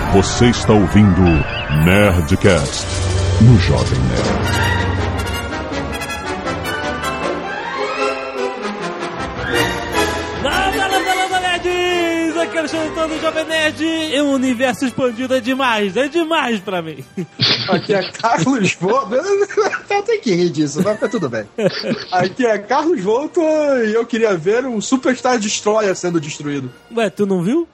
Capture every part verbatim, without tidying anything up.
Você está ouvindo Nerdcast no Jovem Nerd. Aqui é o show do Jovem Nerd. E o universo expandido é demais, é demais pra mim. Aqui é Carlos Volto. Tem que rir disso, mas tudo bem. Aqui é Carlos Volto e eu queria ver um Superstar Destroyer sendo destruído. Ué, tu não viu?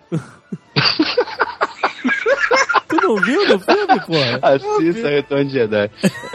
Tu não viu no filme, porra? Assista Retorno de Jedi.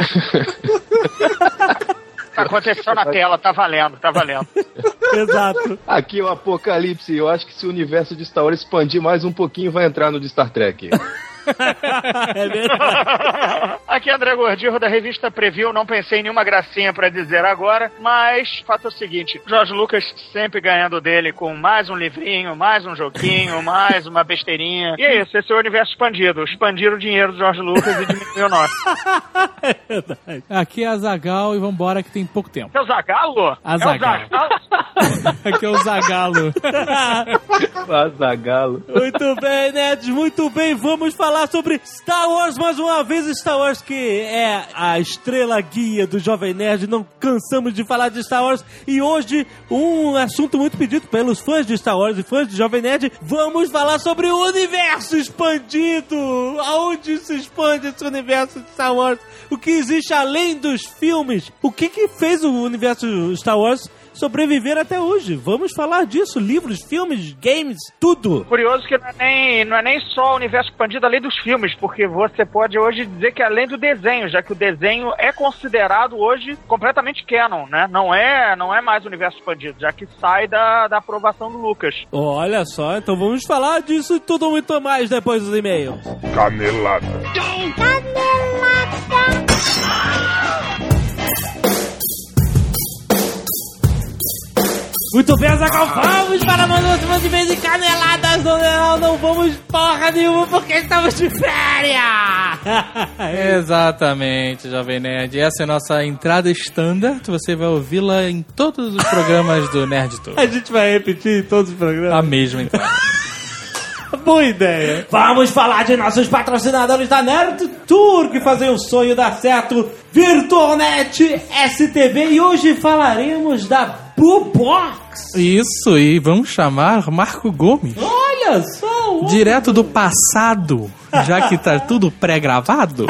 Aconteceu na tela, tá valendo, tá valendo. Exato. Aqui é o Apocalipse. Eu acho que se o universo de Star Wars expandir mais um pouquinho, vai entrar no de Star Trek. É verdade. Aqui é André Gordillo da revista Preview. Não pensei em nenhuma gracinha pra dizer agora, mas fato é o seguinte: George Lucas sempre ganhando dele com mais um livrinho, mais um joguinho, mais uma besteirinha. E é isso, esse é o universo expandido. Expandiram o dinheiro do George Lucas e diminuiu o nosso. É verdade. Aqui é a Zagal e vambora que tem pouco tempo. É o Zagalo? A Zagal. É o Zagalo? Aqui é o Zagalo. A Zagalo. Muito bem, nerds, muito bem. Vamos falar sobre Star Wars mais uma vez. Star Wars, que é a estrela guia do Jovem Nerd. Não cansamos de falar de Star Wars. E hoje, um assunto muito pedido pelos fãs de Star Wars e fãs de Jovem Nerd. Vamos falar sobre o universo expandido. Aonde se expande esse universo de Star Wars? O que existe além dos filmes? O que que fez o universo Star Wars sobreviver até hoje? Vamos falar disso. Livros, filmes, games, tudo. Curioso que não é nem, não é nem só o universo expandido além dos filmes, porque você pode hoje dizer que é além do desenho, já que o desenho é considerado hoje completamente canon, né? Não é, não é mais o universo expandido, já que sai da, da aprovação do Lucas. Olha só, então vamos falar disso e tudo muito mais depois dos e-mails. Canelada. Muito bem, Zagal, vamos para mais uma semana de vez de caneladas. Não, não, não vamos porra nenhuma porque estamos de férias. Exatamente, Jovem Nerd. Essa é a nossa entrada standard. Você vai ouvi-la em todos os programas do Nerd Tour. A gente vai repetir em todos os programas. A mesma entrada. Boa ideia. Vamos falar de nossos patrocinadores da Nerd Tour, que fazem o sonho dar certo. Virtualnet, S T V. E hoje falaremos da Boobox. Isso, e vamos chamar Marco Gomes. Olha só. Direto do passado, já que tá tudo pré-gravado.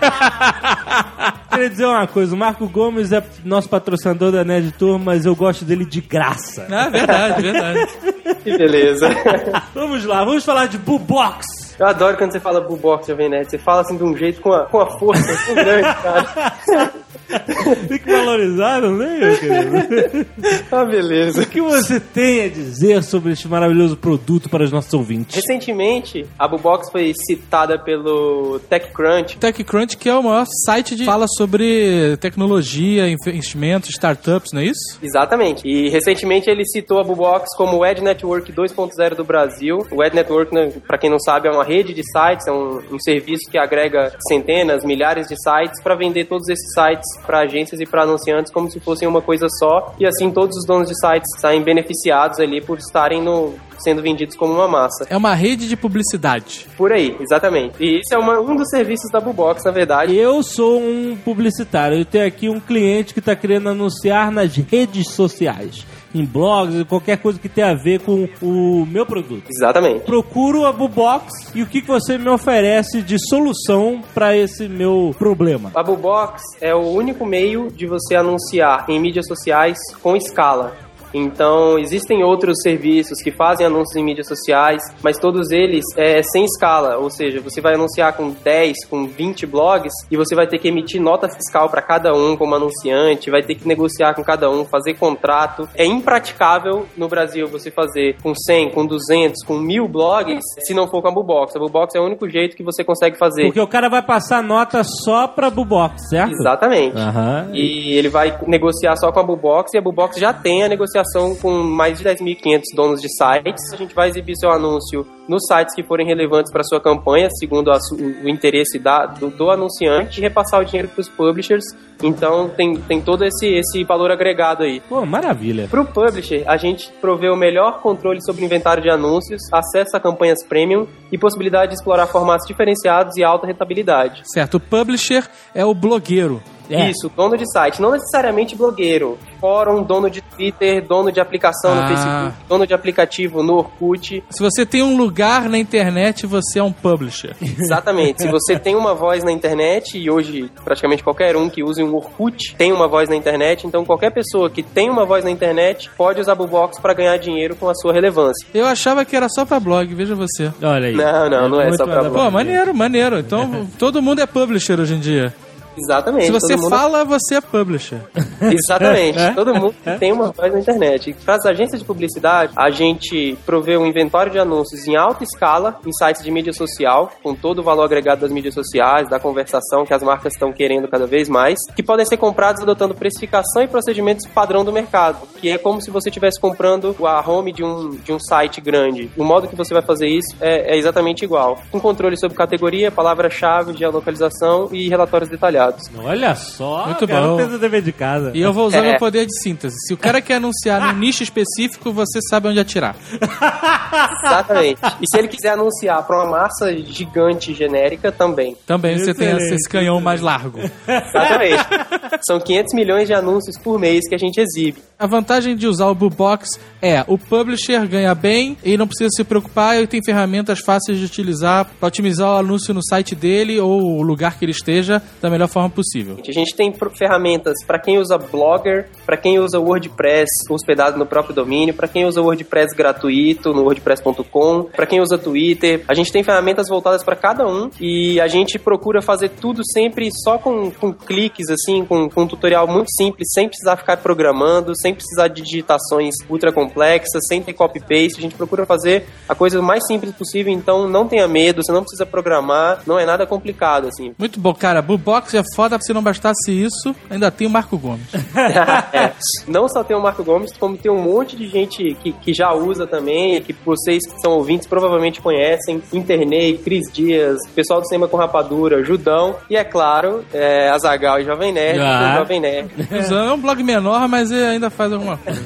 Queria dizer uma coisa, o Marco Gomes é nosso patrocinador da Nerd Tour, mas eu gosto dele de graça. Ah, verdade, verdade. Que beleza. Vamos lá, vamos falar de Boobox. Eu adoro quando você fala Boobox, Jovem Nerd. Você fala assim de um jeito com a, com a força assim grande, cara. Tem que valorizar, não é, meu querido? Ah, beleza. O que você tem a dizer sobre este maravilhoso produto para os nossos ouvintes? Recentemente, a Boobox foi citada pelo TechCrunch. TechCrunch, que é o maior site de fala sobre tecnologia, investimentos, startups, não é isso? Exatamente. E recentemente ele citou a Boobox como o Ed Network dois ponto zero do Brasil. O Ed Network, né, para quem não sabe, é uma rede de sites, é um, um serviço que agrega centenas, milhares de sites para vender todos esses sites para agências e para anunciantes como se fossem uma coisa só, e assim todos os donos de sites saem beneficiados ali por estarem no, sendo vendidos como uma massa. É uma rede de publicidade. Por aí, exatamente. E isso é uma, um dos serviços da Boobox, na verdade. Eu sou um publicitário, eu tenho aqui um cliente que está querendo anunciar nas redes sociais, em blogs, qualquer coisa que tenha a ver com o meu produto. Exatamente. Procuro a Boobox e o que você me oferece de solução para esse meu problema? A Boobox é o único meio de você anunciar em mídias sociais com escala. Então, existem outros serviços que fazem anúncios em mídias sociais, mas todos eles é sem escala, ou seja, você vai anunciar com dez, com vinte blogs e você vai ter que emitir nota fiscal para cada um como anunciante, vai ter que negociar com cada um, fazer contrato. É impraticável no Brasil você fazer com cem, com duzentos, com mil blogs se não for com a Boobox. A Boobox é o único jeito que você consegue fazer. Porque o cara vai passar nota só pra Boobox, certo? Exatamente. Uhum. E ele vai negociar só com a Boobox e a Boobox já tem a negociação associação com mais de dez mil e quinhentos donos de sites. A gente vai exibir seu anúncio nos sites que forem relevantes para sua campanha, segundo a, o, o interesse da, do, do anunciante, e repassar o dinheiro para os publishers. Então tem, tem todo esse, esse valor agregado aí. Pô, maravilha. Para o publisher, a gente provê o melhor controle sobre o inventário de anúncios, acesso a campanhas premium e possibilidade de explorar formatos diferenciados e alta rentabilidade. Certo, o publisher é o blogueiro. É. Isso, dono de site, não necessariamente blogueiro. Fórum, dono de Twitter, dono de aplicação Ah. no Facebook, dono de aplicativo no Orkut. Se você tem um lugar na internet, você é um publisher. Exatamente. Se você tem uma voz na internet, e hoje praticamente qualquer um que use um Orkut tem uma voz na internet, então qualquer pessoa que tem uma voz na internet pode usar Bubox para ganhar dinheiro com a sua relevância. Eu achava que era só pra blog, veja você. Olha aí. Não, não, não é muito só pra nada blog. Pô, maneiro, maneiro. Então, todo mundo é publisher hoje em dia. Exatamente. Se você todo mundo... fala, você é publisher. Exatamente. Todo mundo tem uma voz na internet. Para as agências de publicidade, a gente provê um inventário de anúncios em alta escala em sites de mídia social, com todo o valor agregado das mídias sociais, da conversação que as marcas estão querendo cada vez mais, que podem ser comprados adotando precificação e procedimentos padrão do mercado, que é como se você estivesse comprando a home de um, de um site grande. O modo que você vai fazer isso é, é exatamente igual. Com controle sobre categoria, palavra-chave, geolocalização e relatórios detalhados. Olha só, Muito cara, bom. não fez o dever de casa. E eu vou usar É. meu poder de síntese. Se o cara quer anunciar num nicho específico, você sabe onde atirar. Exatamente. E se ele quiser anunciar para uma massa gigante genérica, também. Também você tem Excelente, esse canhão mais largo. Exatamente. São quinhentos milhões de anúncios por mês que a gente exibe. A vantagem de usar o Bubox é o publisher ganha bem e não precisa se preocupar e tem ferramentas fáceis de utilizar para otimizar o anúncio no site dele ou o lugar que ele esteja da melhor forma possível. A gente tem pro- ferramentas para quem usa Blogger, para quem usa WordPress hospedado no próprio domínio, para quem usa WordPress gratuito no wordpress ponto com, para quem usa Twitter. A gente tem ferramentas voltadas para cada um e a gente procura fazer tudo sempre só com, com cliques, assim, com, com um tutorial muito simples, sem precisar ficar programando, sem precisar de digitações ultra complexas, sem ter copy-paste. A gente procura fazer a coisa mais simples possível, então não tenha medo, você não precisa programar, não é nada complicado, assim. Muito bom, cara. Bubox é foda, se não bastasse isso, ainda tem o Marco Gomes. É. Não só tem o Marco Gomes, como tem um monte de gente que, que já usa também, que vocês que são ouvintes provavelmente conhecem. Internei, Cris Dias, pessoal do Cinema com Rapadura, Judão e, é claro, é, Azaghal e Jovem Nerd. Ah. e Jovem Nerd. É um blog menor, mas ele ainda faz alguma coisa.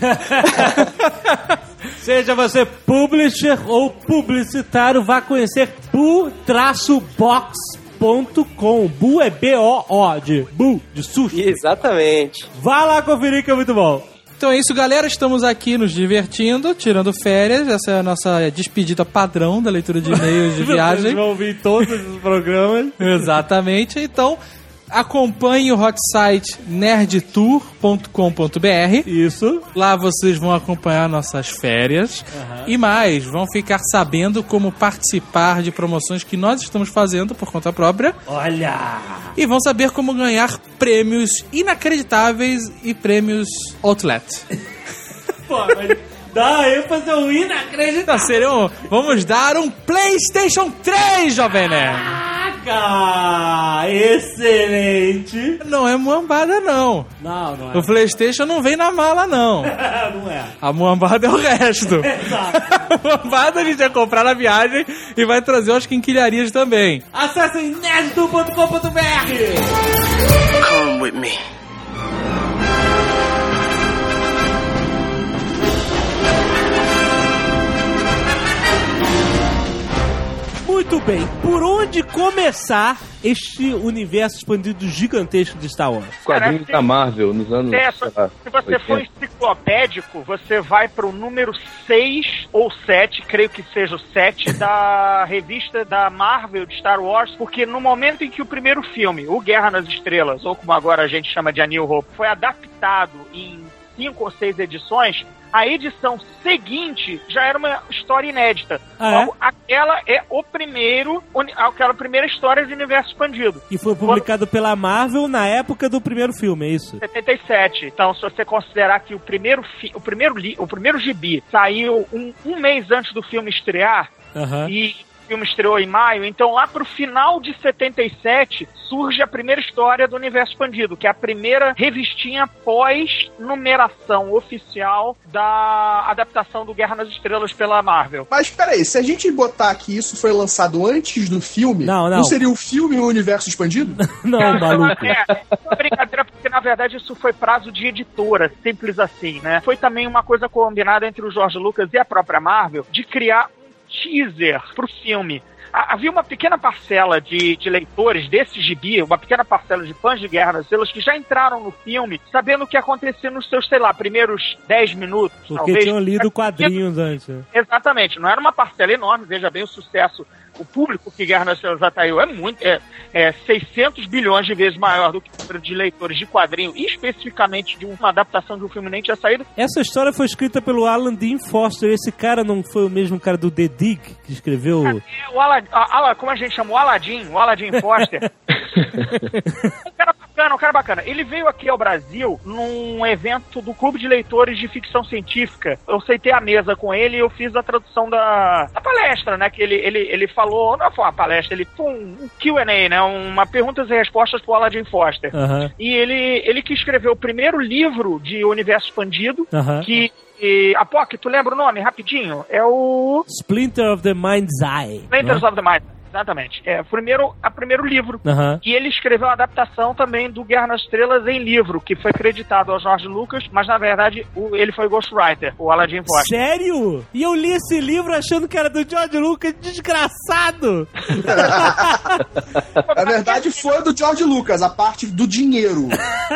Seja você publisher ou publicitário, vá conhecer bu box ponto com. Bu é B O O, de bu, de sushi. Exatamente. Vá lá conferir que é muito bom. Então é isso, galera. Estamos aqui nos divertindo, tirando férias. Essa é a nossa despedida padrão da leitura de e-mails de Vocês viagem. vão ouvir todos os programas. Exatamente. Então, acompanhe o hot site nerd tour ponto com ponto b r. Isso. Lá vocês vão acompanhar nossas férias. E mais, vão ficar sabendo como participar de promoções que nós estamos fazendo por conta própria. Olha! E vão saber como ganhar prêmios inacreditáveis e prêmios outlet. Pô, mas dá ênfase ao inacreditável. Então, seriam, vamos dar um PlayStation três, Jovem Nerd. Caraca! Excelente! Não é muambada, não. Não, não é. O PlayStation não vem na mala, não. Não é. A muambada é o resto. A muambada a gente vai comprar na viagem e vai trazer umas quinquilharias também. Acessem nerd tour ponto com ponto b r. Come with me. Muito bem, por onde começar este universo expandido gigantesco de Star Wars? Quadrinhos da Marvel nos anos. É, sei lá, se você for oitenta. enciclopédico, você vai pro número seis ou sete, creio que seja o sete, da revista da Marvel de Star Wars, porque no momento em que o primeiro filme, o Guerra nas Estrelas, ou como agora a gente chama de A New Hope, foi adaptado em cinco ou seis edições, a edição seguinte já era uma história inédita. Ah, é? Então, aquela é o primeiro, aquela primeira história de universo expandido. E foi publicado pela Marvel na época do primeiro filme, é isso? setenta e sete. Então, se você considerar que o primeiro, fi, o primeiro, li, o primeiro gibi saiu um, um mês antes do filme estrear, Aham. e O filme estreou em maio, então lá pro final de setenta e sete surge a primeira história do Universo Expandido, que é a primeira revistinha pós-numeração oficial da adaptação do Guerra nas Estrelas pela Marvel. Mas peraí, se a gente botar que isso foi lançado antes do filme, não, não. não seria o filme o Universo Expandido? Não, não, maluco. É, é uma brincadeira, porque na verdade isso foi prazo de editora, simples assim, né? Foi também uma coisa combinada entre o George Lucas e a própria Marvel de criar teaser pro filme. Havia uma pequena parcela de, de leitores desse gibi, uma pequena parcela de fãs de Guerra nas Estrelas que já entraram no filme sabendo o que acontecia nos seus, sei lá, primeiros dez minutos. Porque talvez. tinham lido quadrinhos antes. Exatamente, não era uma parcela enorme, veja bem o sucesso. O público que Guerra nas Estrelas atraiu é muito, é, é seiscentos bilhões de vezes maior do que o número de leitores de quadrinho, e especificamente de uma adaptação de um filme nem tinha saído. Essa história foi escrita pelo Alan Dean Foster. Esse cara não foi o mesmo cara do The Dig, que escreveu... É, o Aladdin, a, como a gente chama, o Aladdin, o Aladdin Foster. um cara bacana, um cara bacana. Ele veio aqui ao Brasil num evento do Clube de Leitores de Ficção Científica. Eu aceitei a mesa com ele e eu fiz a tradução da, da palestra, né, que ele, ele, ele falou. Falou, não foi uma palestra, ele foi um, um Q and A, né? Uma perguntas e respostas pro Aladdin Foster. Uhum. E ele, ele que escreveu o primeiro livro de Universo Expandido, uhum. que... E, Apoc, tu lembra o nome, rapidinho? É o... Splinter of the Mind's Eye. Splinters of the Mind. Exatamente. É o primeiro, a primeiro livro. Uhum. E ele escreveu a adaptação também do Guerra nas Estrelas em livro, que foi creditado ao George Lucas, mas na verdade o, ele foi ghostwriter, o Aladdin Foster. Sério? E eu li esse livro achando que era do George Lucas, desgraçado! Na verdade foi do George Lucas, a parte do dinheiro.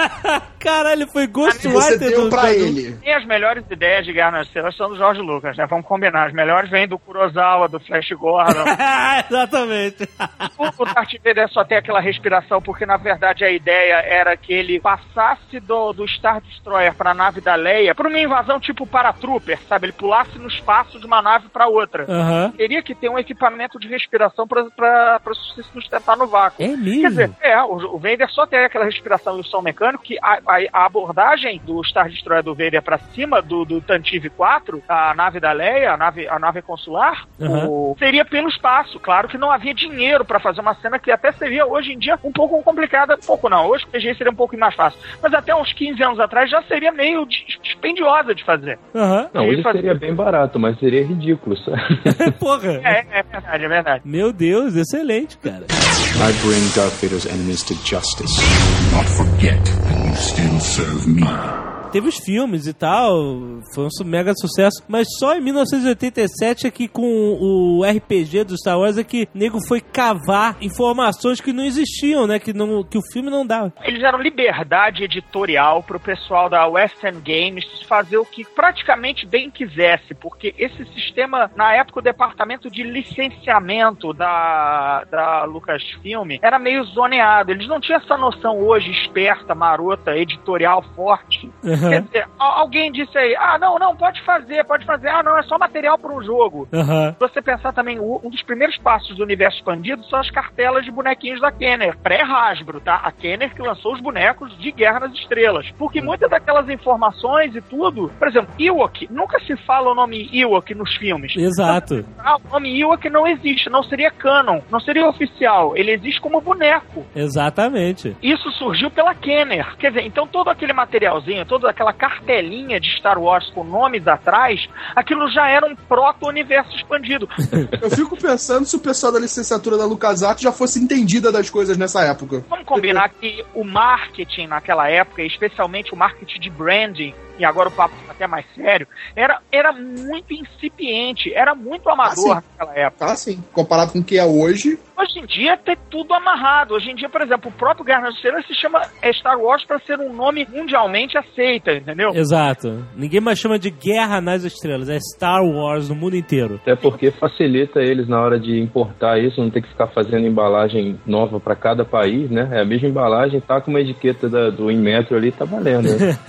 Caralho, foi ghostwriter. Você deu do pra George ele. E as melhores ideias de Guerra nas Estrelas são do George Lucas, né? Vamos combinar. As melhores vêm do Kurosawa, do Flash Gordon. Exatamente. O, o Darth Vader só tem aquela respiração porque, na verdade, a ideia era que ele passasse do, do Star Destroyer pra nave da Leia por uma invasão tipo Paratrooper, sabe? Ele pulasse no espaço de uma nave pra outra. Uhum. Teria que ter um equipamento de respiração pra, pra, pra se sustentar no vácuo. É mesmo? Quer dizer, é, o, o Vader só tem aquela respiração e o som mecânico que a, a, a abordagem do Star Destroyer do Vader pra cima do, do Tantive quatro, a nave da Leia, a nave, a nave consular, uhum. o, seria pelo espaço. Claro que não havia dinheiro pra fazer uma cena que até seria hoje em dia um pouco complicada. Um pouco não, hoje o C G I seria um pouco mais fácil. Mas até uns quinze anos atrás já seria meio dispendiosa de fazer. Uhum. Não, hoje fazer... seria bem barato, mas seria ridículo, sabe? Porra. É, é verdade, é verdade. Meu Deus, excelente, cara. I bring Darth Vader's enemies to justice. Not forget, you still serve me. Teve os filmes e tal, foi um mega sucesso, mas só em mil novecentos e oitenta e sete é que com o R P G do Star Wars é que o nego foi cavar informações que não existiam, né, que, não, que o filme não dava. Eles deram liberdade editorial pro pessoal da West End Games fazer o que praticamente bem quisesse, porque esse sistema, na época o departamento de licenciamento da, da Lucasfilm era meio zoneado, eles não tinham essa noção hoje esperta, marota, editorial forte. Uhum. Quer dizer, alguém disse aí, ah, não, não, pode fazer, pode fazer, ah, não, é só material para um jogo. Uhum. Se você pensar também, um dos primeiros passos do universo expandido são as cartelas de bonequinhos da Kenner, pré-Hasbro, tá? A Kenner que lançou os bonecos de Guerra nas Estrelas. Porque muitas daquelas informações e tudo, por exemplo, Ewok, nunca se fala o nome Ewok nos filmes. Exato. Ah, o nome Ewok não existe, não seria canon, não seria oficial, ele existe como boneco. Exatamente. Isso surgiu pela Kenner. Quer dizer, então todo aquele materialzinho, todo aquela cartelinha de Star Wars com nomes atrás, aquilo já era um proto-universo expandido. Eu fico pensando se o pessoal da licenciatura da LucasArts já fosse entendida das coisas nessa época. Vamos combinar que o marketing naquela época, especialmente o marketing de branding, e agora o papo é até mais sério, era, era muito incipiente, era muito amador ah, naquela época. Ah, sim. Comparado com o que é hoje... Hoje em dia tem tudo amarrado. Hoje em dia, por exemplo, o próprio Guerra nas Estrelas se chama Star Wars para ser um nome mundialmente aceito, entendeu? Exato. Ninguém mais chama de Guerra nas Estrelas, é Star Wars no mundo inteiro. Até porque facilita eles na hora de importar isso, não ter que ficar fazendo embalagem nova para cada país, né? É a mesma embalagem, tá com uma etiqueta da, do Inmetro ali, tá valendo. Né?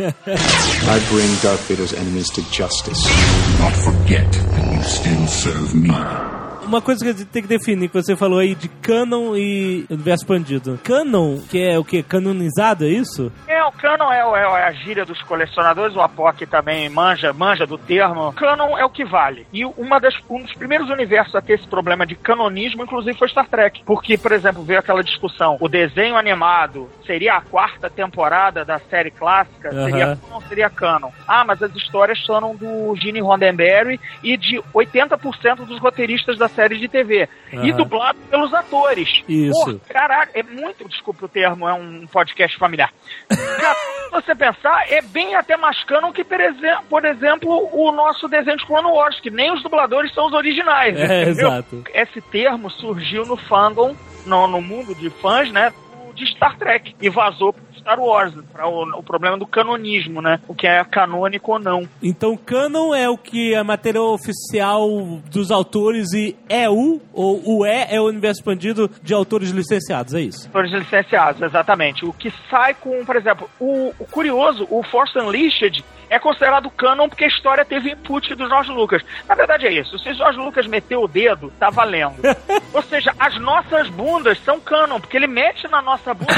I bring Darth Vader's enemies to justice. Not forget, you still serve me. uma coisa que a gente tem que definir, que você falou aí de canon e universo expandido. Canon, que é o quê? Canonizado, é isso? É, o canon é, é a gíria dos colecionadores, o Apoc também manja, manja do termo. Canon é o que vale. E uma das, um dos primeiros universos a ter esse problema de canonismo, inclusive, foi Star Trek. Porque, por exemplo, veio aquela discussão, o desenho animado seria a quarta temporada da série clássica? Uhum. Seria ou não seria canon? Ah, mas as histórias são do Gene Roddenberry e de oitenta por cento dos roteiristas da série de T V. Uhum. E dublado pelos atores. Isso. Pô, caraca, é muito, desculpe o termo, é um podcast familiar. Cara, se você pensar, é bem até mais canon que, por exemplo, por exemplo, o nosso desenho de Clone Wars, que nem os dubladores são os originais. É, entendeu? exato. Esse termo surgiu no fandom, no, no mundo de fãs, né, de Star Trek, e vazou pro Star Wars, para o, o problema do canonismo, né, o que é canônico ou não. Então, canon é o que é material oficial dos autores e é o, ou o é, é o universo expandido de autores licenciados, é isso? Autores licenciados, exatamente. O que sai com, por exemplo, o, o curioso, o Force Unleashed é considerado canon porque a história teve input do George Lucas. Na verdade é isso, se o George Lucas meteu o dedo, tá valendo. Ou seja, as nossas bundas são canon, porque ele mete na nossa bunda.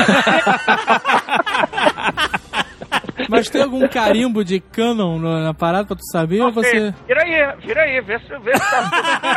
Mas tem algum carimbo de canon na parada pra tu saber? Não, ou você... Vira aí, vira aí, vê se, vê se tá...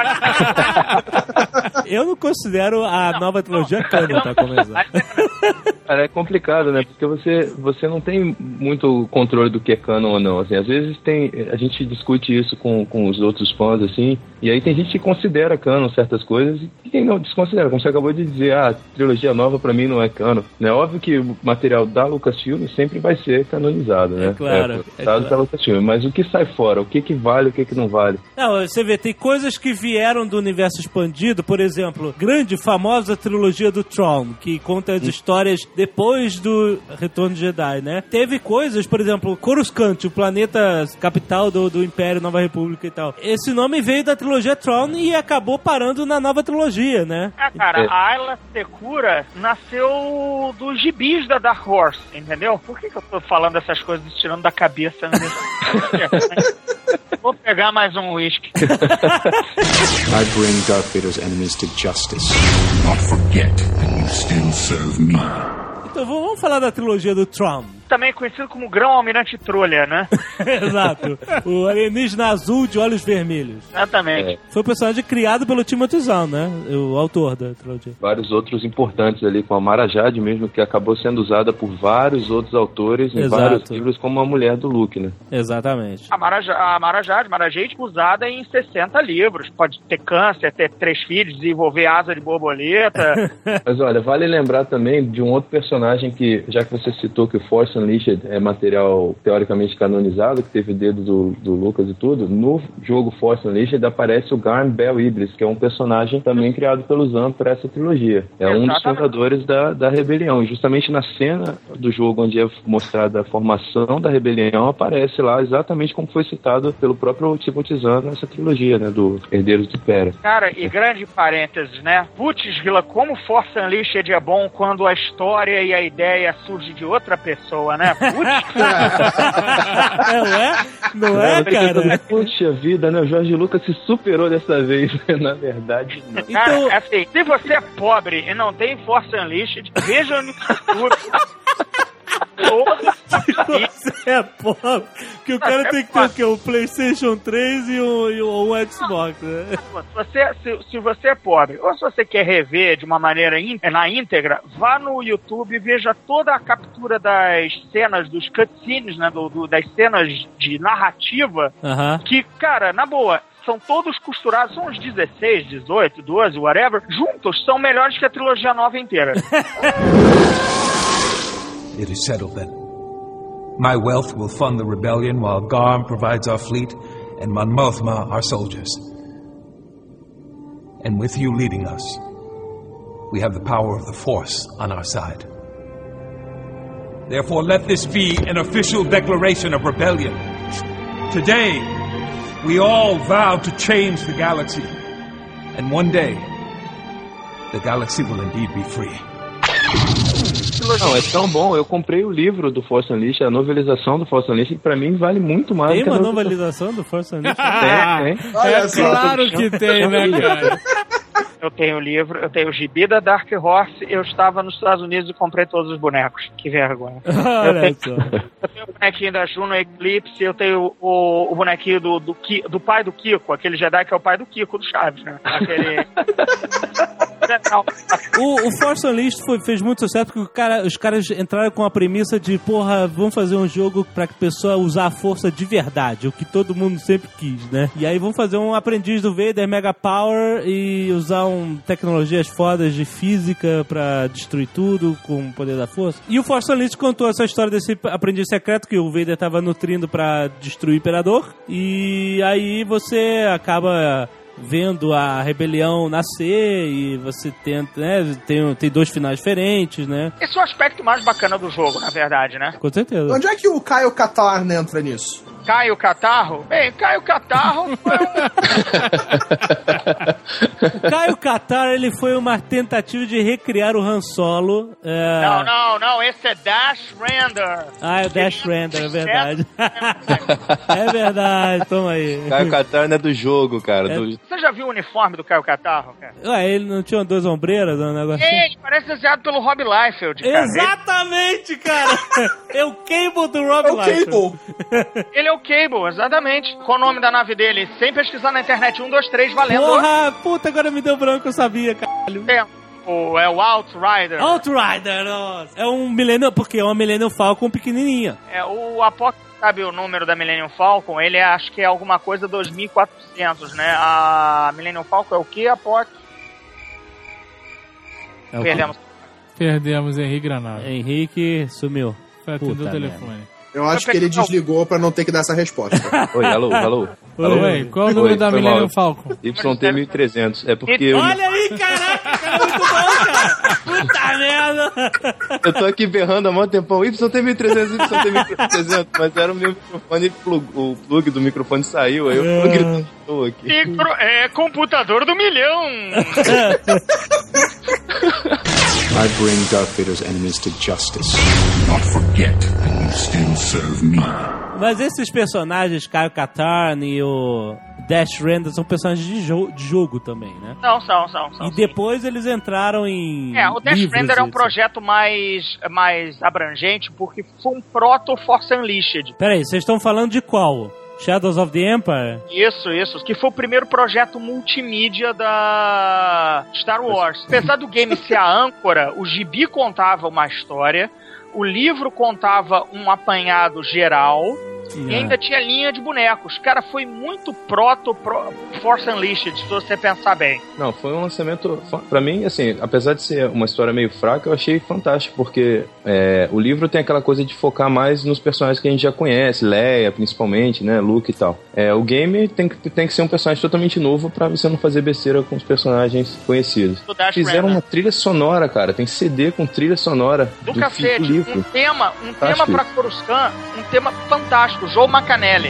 Eu não considero a não, nova trilogia não, canon, pra começar. Cara, é complicado, né? Porque você, você não tem muito controle do que é canon ou não. Assim, às vezes tem, a gente discute isso com, com os outros fãs, assim, e aí tem gente que considera canon certas coisas e quem não desconsidera. Como você acabou de dizer, ah, a trilogia nova pra mim não é canon. É óbvio que o material da Lucasfilm sempre vai ser canonizado, né? É claro. É, é claro. Da Lucasfilm. Mas o que sai fora? O que que vale, o que que não vale? Não, você vê, tem coisas que vieram do universo expandido, por exemplo, grande, famosa trilogia do Tron, que conta as hum. histórias depois do Retorno de Jedi, né? Teve coisas, por exemplo, Coruscant, o planeta capital do, do Império Nova República e tal. Esse nome veio da trilogia Tron e acabou parando na nova trilogia, né? É, cara, é. A Ayla Secura nasceu dos gibis da Dark Horse, entendeu? Por que que eu tô falando essas coisas tirando da cabeça? Vou pegar mais um whisky. I bring Darth Vader's enemies to justice. Not forget that you still serve me. Então vamos falar da trilogia do Tron. Também conhecido como Grão-Almirante Trolha, né? Exato. O alienígena azul de olhos vermelhos. Exatamente. É. Foi um personagem criado pelo Timothy Zahn, né? O autor da trilogia. Vários outros importantes ali, com a Mara Jade mesmo, que acabou sendo usada por vários outros autores em Exato. vários livros, como a mulher do Luke, né? Exatamente. A Mara, a Mara Jade, Mara Jade, usada em sessenta livros. Pode ter câncer, ter três filhos, desenvolver asa de borboleta. Mas olha, vale lembrar também de um outro personagem que, já que você citou que o Force Unleashed é material teoricamente canonizado, que teve o dedo do, do Lucas e tudo, no jogo Force Unleashed aparece o Garm Bel Iblis, que é um personagem também criado pelo Zahn para essa trilogia. É Exatamente. um dos fundadores da, da rebelião. E justamente na cena do jogo onde é mostrada a formação da rebelião, aparece lá exatamente como foi citado pelo próprio Timothy Zahn nessa trilogia, né, do Herdeiros do Império. Cara, e grande parênteses, né? Putz, Vila, como Force Unleashed é bom quando a história e a ideia surge de outra pessoa, né? Putz. Não é? Não é, cara? Puxa vida, né? O Jorge Lucas se superou dessa vez. Na verdade, não. Cara, Então... assim, se você é pobre e não tem Force Unleashed, veja no futuro. Se você é pobre, que o cara tem que ter o quê? Um PlayStation três e um, e um Xbox, né? Se você, se, se você é pobre, ou se você quer rever de uma maneira in, na íntegra, vá no YouTube e veja toda a captura das cenas, dos cutscenes, né, do, do, das cenas de narrativa, uh-huh. que, cara, na boa, são todos costurados, são uns dezesseis, dezoito, doze, whatever, juntos são melhores que a trilogia nova inteira. It is settled then. My wealth will fund the rebellion while Garm provides our fleet and Mon Mothma our soldiers. And with you leading us, we have the power of the Force on our side. Therefore, let this be an official declaration of rebellion. Today, we all vow to change the galaxy. And one day, the galaxy will indeed be free. Não, é tão bom. Eu comprei o livro do Force Unleashed, a novelização do Force Unleashed, que pra mim vale muito mais. Tem uma novelização do Force Unleashed? Tem, tem. É claro que tem, né, cara? Eu tenho o livro, eu tenho o gibi da Dark Horse, eu estava nos Estados Unidos e comprei todos os bonecos. Que vergonha. Olha eu, tenho, só. eu tenho o bonequinho da Juno Eclipse, eu tenho o, o bonequinho do, do, Ki, do pai do Kiko, aquele Jedi que é o pai do Kiko, do Chaves, né? Aquele... o, o Force Unleashed foi, fez muito sucesso porque o cara, os caras entraram com a premissa de, porra, vamos fazer um jogo pra que a pessoa usar a força de verdade, o que todo mundo sempre quis, né? E aí vamos fazer um aprendiz do Vader, Mega Power, e usar um, tecnologias fodas de física pra destruir tudo com o poder da força. E o Force Unleashed contou essa história desse aprendiz secreto que o Vader tava nutrindo pra destruir o Imperador, e aí você acaba vendo a rebelião nascer e você tenta, né, tem, tem dois finais diferentes, né? Esse é o aspecto mais bacana do jogo, na verdade, né? Com certeza. Onde é que o Caio Katarn entra nisso? Caio Catarro? Bem, Caio Catarro foi um... O Caio Katarn, ele foi uma tentativa de recriar o Han Solo. É... Não, não, não, esse é Dash Render. Ah, é o Dash Render, é verdade. É verdade, toma aí. Caio Katarn é do jogo, cara. É... Do... Você já viu o uniforme do Caio Catarro, cara? Ué, ele não tinha duas ombreiras, um negócio assim? Ele parece desenhado pelo Rob Liefeld, cara. Exatamente, cara! É o Cable do Rob Liefeld. É o Cable. Ele é o Cable, exatamente. Qual o nome da nave dele? Sem pesquisar na internet. Um, dois, três, valendo. Porra, puta, agora me deu branco, eu sabia, caralho. É o, é o Outrider. Outrider, nossa. É um Millennium, porque é uma Millennium Falcon pequenininha. É, o Apocalipse, sabe o número da Millennium Falcon? Ele é, acho que é alguma coisa dois mil e quatrocentos, né? A Millennium Falcon é o que, Apocalipse? É Perdemos. Perdemos Henrique Granado. Henrique sumiu. Foi atender o telefone. Eu acho que ele desligou pra não ter que dar essa resposta. Oi, alô, alô. alô. Oi, qual é o número Oi, da Millennium Falcon? Y T mil e trezentos. É porque... Eu... Olha aí, caraca, cara, muito bom, cara. Puta merda. Eu tô aqui berrando há mó tempão. Y T mil e trezentos, Y T mil e trezentos. Mas era o meu microfone, plug, o plug do microfone saiu, aí eu estou aqui. Micro, é computador do milhão. I bring Darth Vader's enemies to justice. Not forget, you still serve me. Mas esses personagens, Caio Katarn e o Dash Render, são personagens de, jo- de jogo também, né? Não, são, são, são. E depois eles entraram em. É, o Dash Render é um projeto mais, mais abrangente porque foi um proto-Force Unleashed. Peraí, vocês estão falando de qual? Shadows of the Empire? Isso, isso. Que foi o primeiro projeto multimídia da Star Wars. Apesar do game ser a âncora, o gibi contava uma história, o livro contava um apanhado geral, Sim, e ainda é. tinha linha de bonecos. Cara, foi muito proto pro Force Unleashed, se você pensar bem. Não, foi um lançamento... Pra mim, assim, apesar de ser uma história meio fraca, eu achei fantástico, porque é, o livro tem aquela coisa de focar mais nos personagens que a gente já conhece, Leia, principalmente, né, Luke e tal. É, o game tem que, tem que ser um personagem totalmente novo pra você não fazer besteira com os personagens conhecidos. Fizeram uma trilha sonora, cara, tem C D com trilha sonora do, do cacete, do livro. um tema, um Fantástico. tema pra Coruscant, um tema fantástico. Joe Macanelli.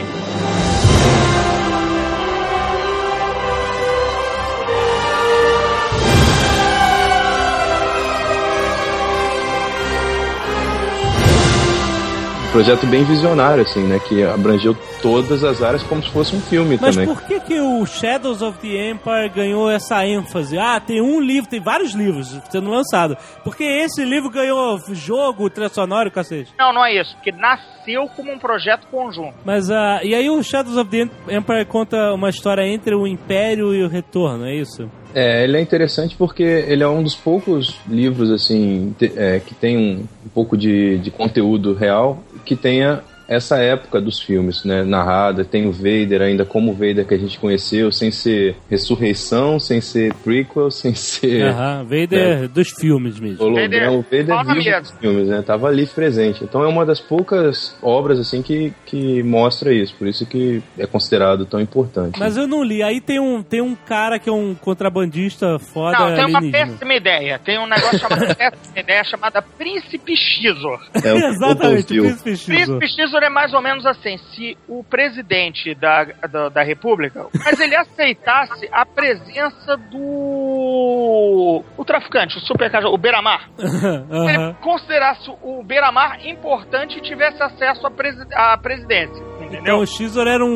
Projeto bem visionário, assim, né? Que abrangeu todas as áreas como se fosse um filme. Mas também. Mas por que que o Shadows of the Empire ganhou essa ênfase? Ah, tem um livro, tem vários livros sendo lançados. Por que esse livro ganhou jogo, trilha sonora e cacete? Não, não é isso. Porque nasceu como um projeto conjunto. Mas, uh, e aí o Shadows of the Empire conta uma história entre o Império e o Retorno, é isso? É, ele é interessante porque ele é um dos poucos livros, assim, te, é, que tem um, um pouco de, de conteúdo real que tenha essa época dos filmes, né, narrada. Tem o Vader ainda como o Vader que a gente conheceu, sem ser ressurreição, sem ser prequel, sem ser... Aham, Vader né, dos filmes mesmo. Holograma, o Vader vivo dos filmes, né, tava ali presente. Então é uma das poucas obras, assim, que, que mostra isso, por isso que é considerado tão importante. Mas eu não li, aí tem um, tem um cara que é um contrabandista foda. Não, tem uma péssima ideia, tem um negócio chamado péssima ideia chamada Príncipe Xizor. É o, exatamente, o Príncipe Xizor. Príncipe Xizor é mais ou menos assim, se o presidente da, da, da república, mas ele aceitasse a presença do o traficante, o super o Beramar, uhum. Ele considerasse o Beramar importante e tivesse acesso à, presi, à presidência, entendeu? Então o Xizor era um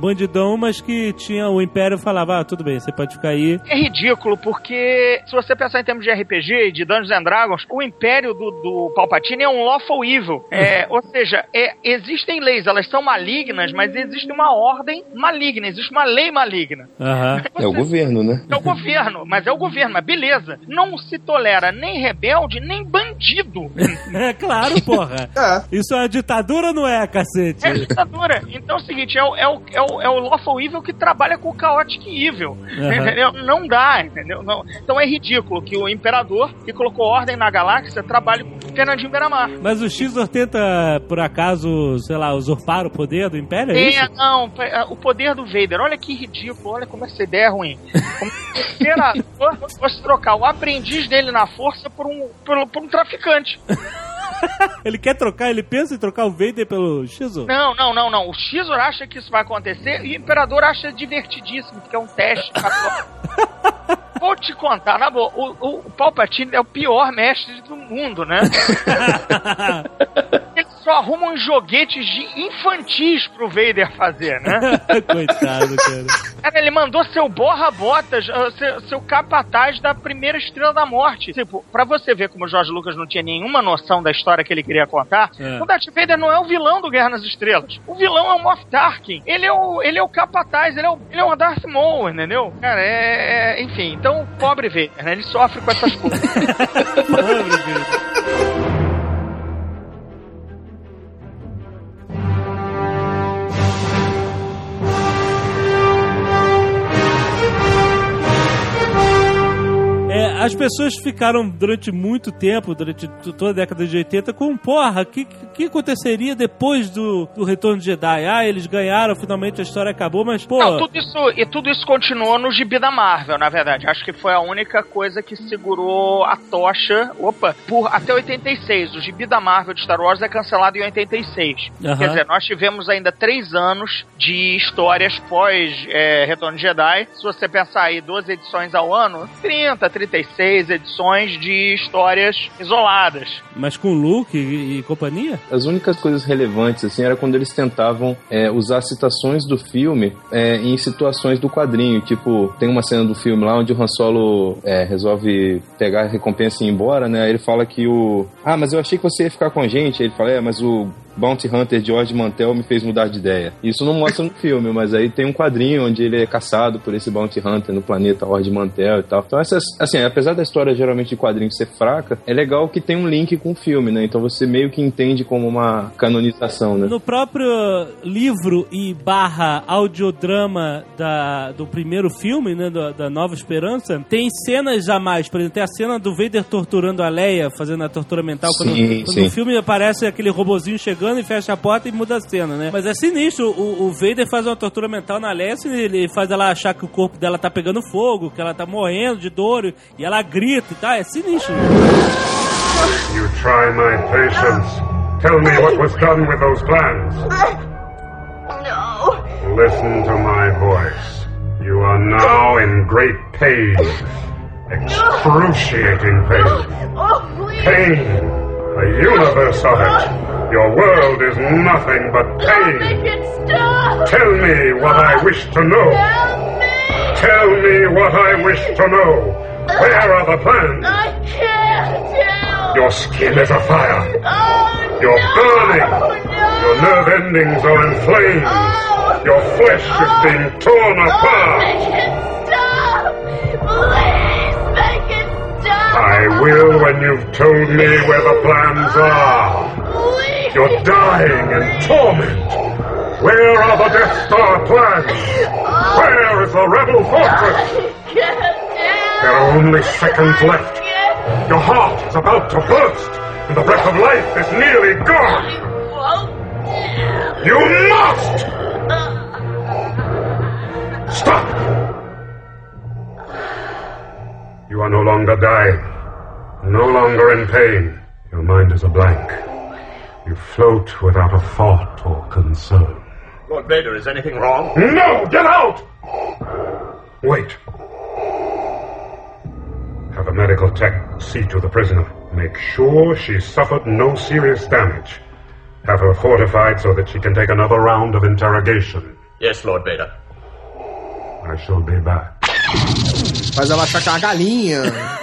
bandidão, mas que tinha o Império falava, ah, tudo bem, você pode ficar aí. É ridículo, porque se você pensar em termos de R P G e de Dungeons and Dragons, o Império do, do Palpatine é um lawful evil. É, ou seja, é, existem leis, elas são malignas, mas existe uma ordem maligna, existe uma lei maligna. Uhum. É o governo, né? É o governo, mas é o governo, mas beleza. Não se tolera nem rebelde, nem bandido. É claro, porra. É. Isso é uma ditadura ou não é, cacete? É ditadura. Então é o seguinte, é o, é o, é o, é o lawful evil que trabalha com o chaotic evil. Uhum. Entendeu? Não dá, entendeu? Não. Então é ridículo que o imperador, que colocou ordem na galáxia, trabalhe com Fernandinho Beiramar. Mas o Xizor tenta, por acaso, sei lá, usurpar o poder do Império? É, é isso? Não, o poder do Vader. Olha que ridículo, olha como essa ideia é ruim. Como o imperador fosse trocar o aprendiz dele na força por um, por, por um traficante. Ele quer trocar, ele pensa em trocar o Vader pelo Xizor? Não, não, não, não. O Xizor acha que isso vai acontecer e o Imperador acha divertidíssimo, porque é um teste. Vou te contar, na boa, o, o Palpatine é o pior mestre do mundo, né? Eles só arrumam joguetes de infantis pro Vader fazer, né? Coitado, cara. Cara, ele mandou seu borra-botas, seu, seu capataz da primeira Estrela da Morte. Tipo, pra você ver como o George Lucas não tinha nenhuma noção da história que ele queria contar, é. O Darth Vader não é o vilão do Guerra nas Estrelas. O vilão é o Moff Tarkin. Ele é o, ele é o capataz, ele é o, ele é o Darth Maul, entendeu? Cara, é... Enfim, então, pobre Vader, né? Ele sofre com essas coisas. Pobre Vader. As pessoas ficaram durante muito tempo, durante toda a década de oitenta, com, porra, o que, que aconteceria depois do, do Retorno de Jedi? Ah, eles ganharam, finalmente a história acabou, mas, pô... Não, tudo isso, e tudo isso continuou no gibi da Marvel, na verdade. Acho que foi a única coisa que segurou a tocha, opa, por até oitenta e seis. O gibi da Marvel de Star Wars é cancelado em oitenta e seis. Uhum. Quer dizer, nós tivemos ainda três anos de histórias pós é, Retorno de Jedi. Se você pensar aí, doze edições ao ano, trinta, trinta e seis edições de histórias isoladas. Mas com Luke e, e companhia? As únicas coisas relevantes, assim, era quando eles tentavam é, usar citações do filme é, em situações do quadrinho. Tipo, tem uma cena do filme lá onde o Han Solo é, resolve pegar a recompensa e ir embora, né? Aí ele fala que o... Ah, mas eu achei que você ia ficar com a gente. Aí ele fala, é, mas o Bounty Hunter George Mantel me fez mudar de ideia. Isso não mostra no filme, mas aí tem um quadrinho onde ele é caçado por esse Bounty Hunter no planeta Ord Mantell e tal. Então essas, assim, apesar da história geralmente de quadrinho ser fraca, é legal que tem um link com o filme, né? Então você meio que entende como uma canonização, né? No próprio livro e barra audiodrama da, do primeiro filme, né? Da, da Nova Esperança, tem cenas a mais. Por exemplo, tem a cena do Vader torturando a Leia, fazendo a tortura mental. Sim, quando, sim. quando no filme aparece aquele robozinho chegando e fecha a porta e muda a cena, né? Mas é sinistro. O, o Vader faz uma tortura mental na Leia, ele faz ela achar que o corpo dela tá pegando fogo, que ela tá morrendo de dor, e ela grita e tal. É sinistro. You try my patience. Tell me what was done with those plans. No. Listen to my voice. You are now in great pain. Excruciating pain. Pain. A universe of it. Your world is nothing but pain. Make it stop. Tell me what I wish to know. Help me. Tell me what I wish to know. Where are the plans? I can't tell. Your skin is afire. Oh, You're no. burning. No. Your nerve endings are inflamed. Oh. Your flesh Oh. is being torn Oh, apart. make it stop. Please make it stop. I will when you've told me where the plans are. Please. You're dying in torment. Where are the Death Star plans? Oh. Where is the Rebel fortress? I can't tell. There are only seconds left. Your heart is about to burst, and the breath of life is nearly gone. You must! Stop! You are no longer dying, no longer in pain. Your mind is a blank. You float without a thought or concern. Lord Vader, is anything wrong? No! Get out! Wait. Have a medical tech see to the prisoner. Make sure she suffered no serious damage. Have her fortified so that she can take another round of interrogation. Yes, Lord Vader. I shall be back. Faz ela achar que é uma galinha.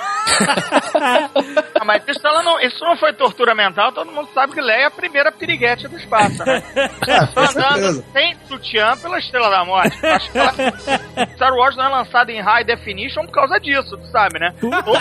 Ah, mas isso, ela não, isso não foi tortura mental, todo mundo sabe que Leia é a primeira piriguete do espaço, né? Tá andando sem sutiã pela Estrela da Morte. Acho que ela, Star Wars não é lançado em High Definition por causa disso, tu sabe, né?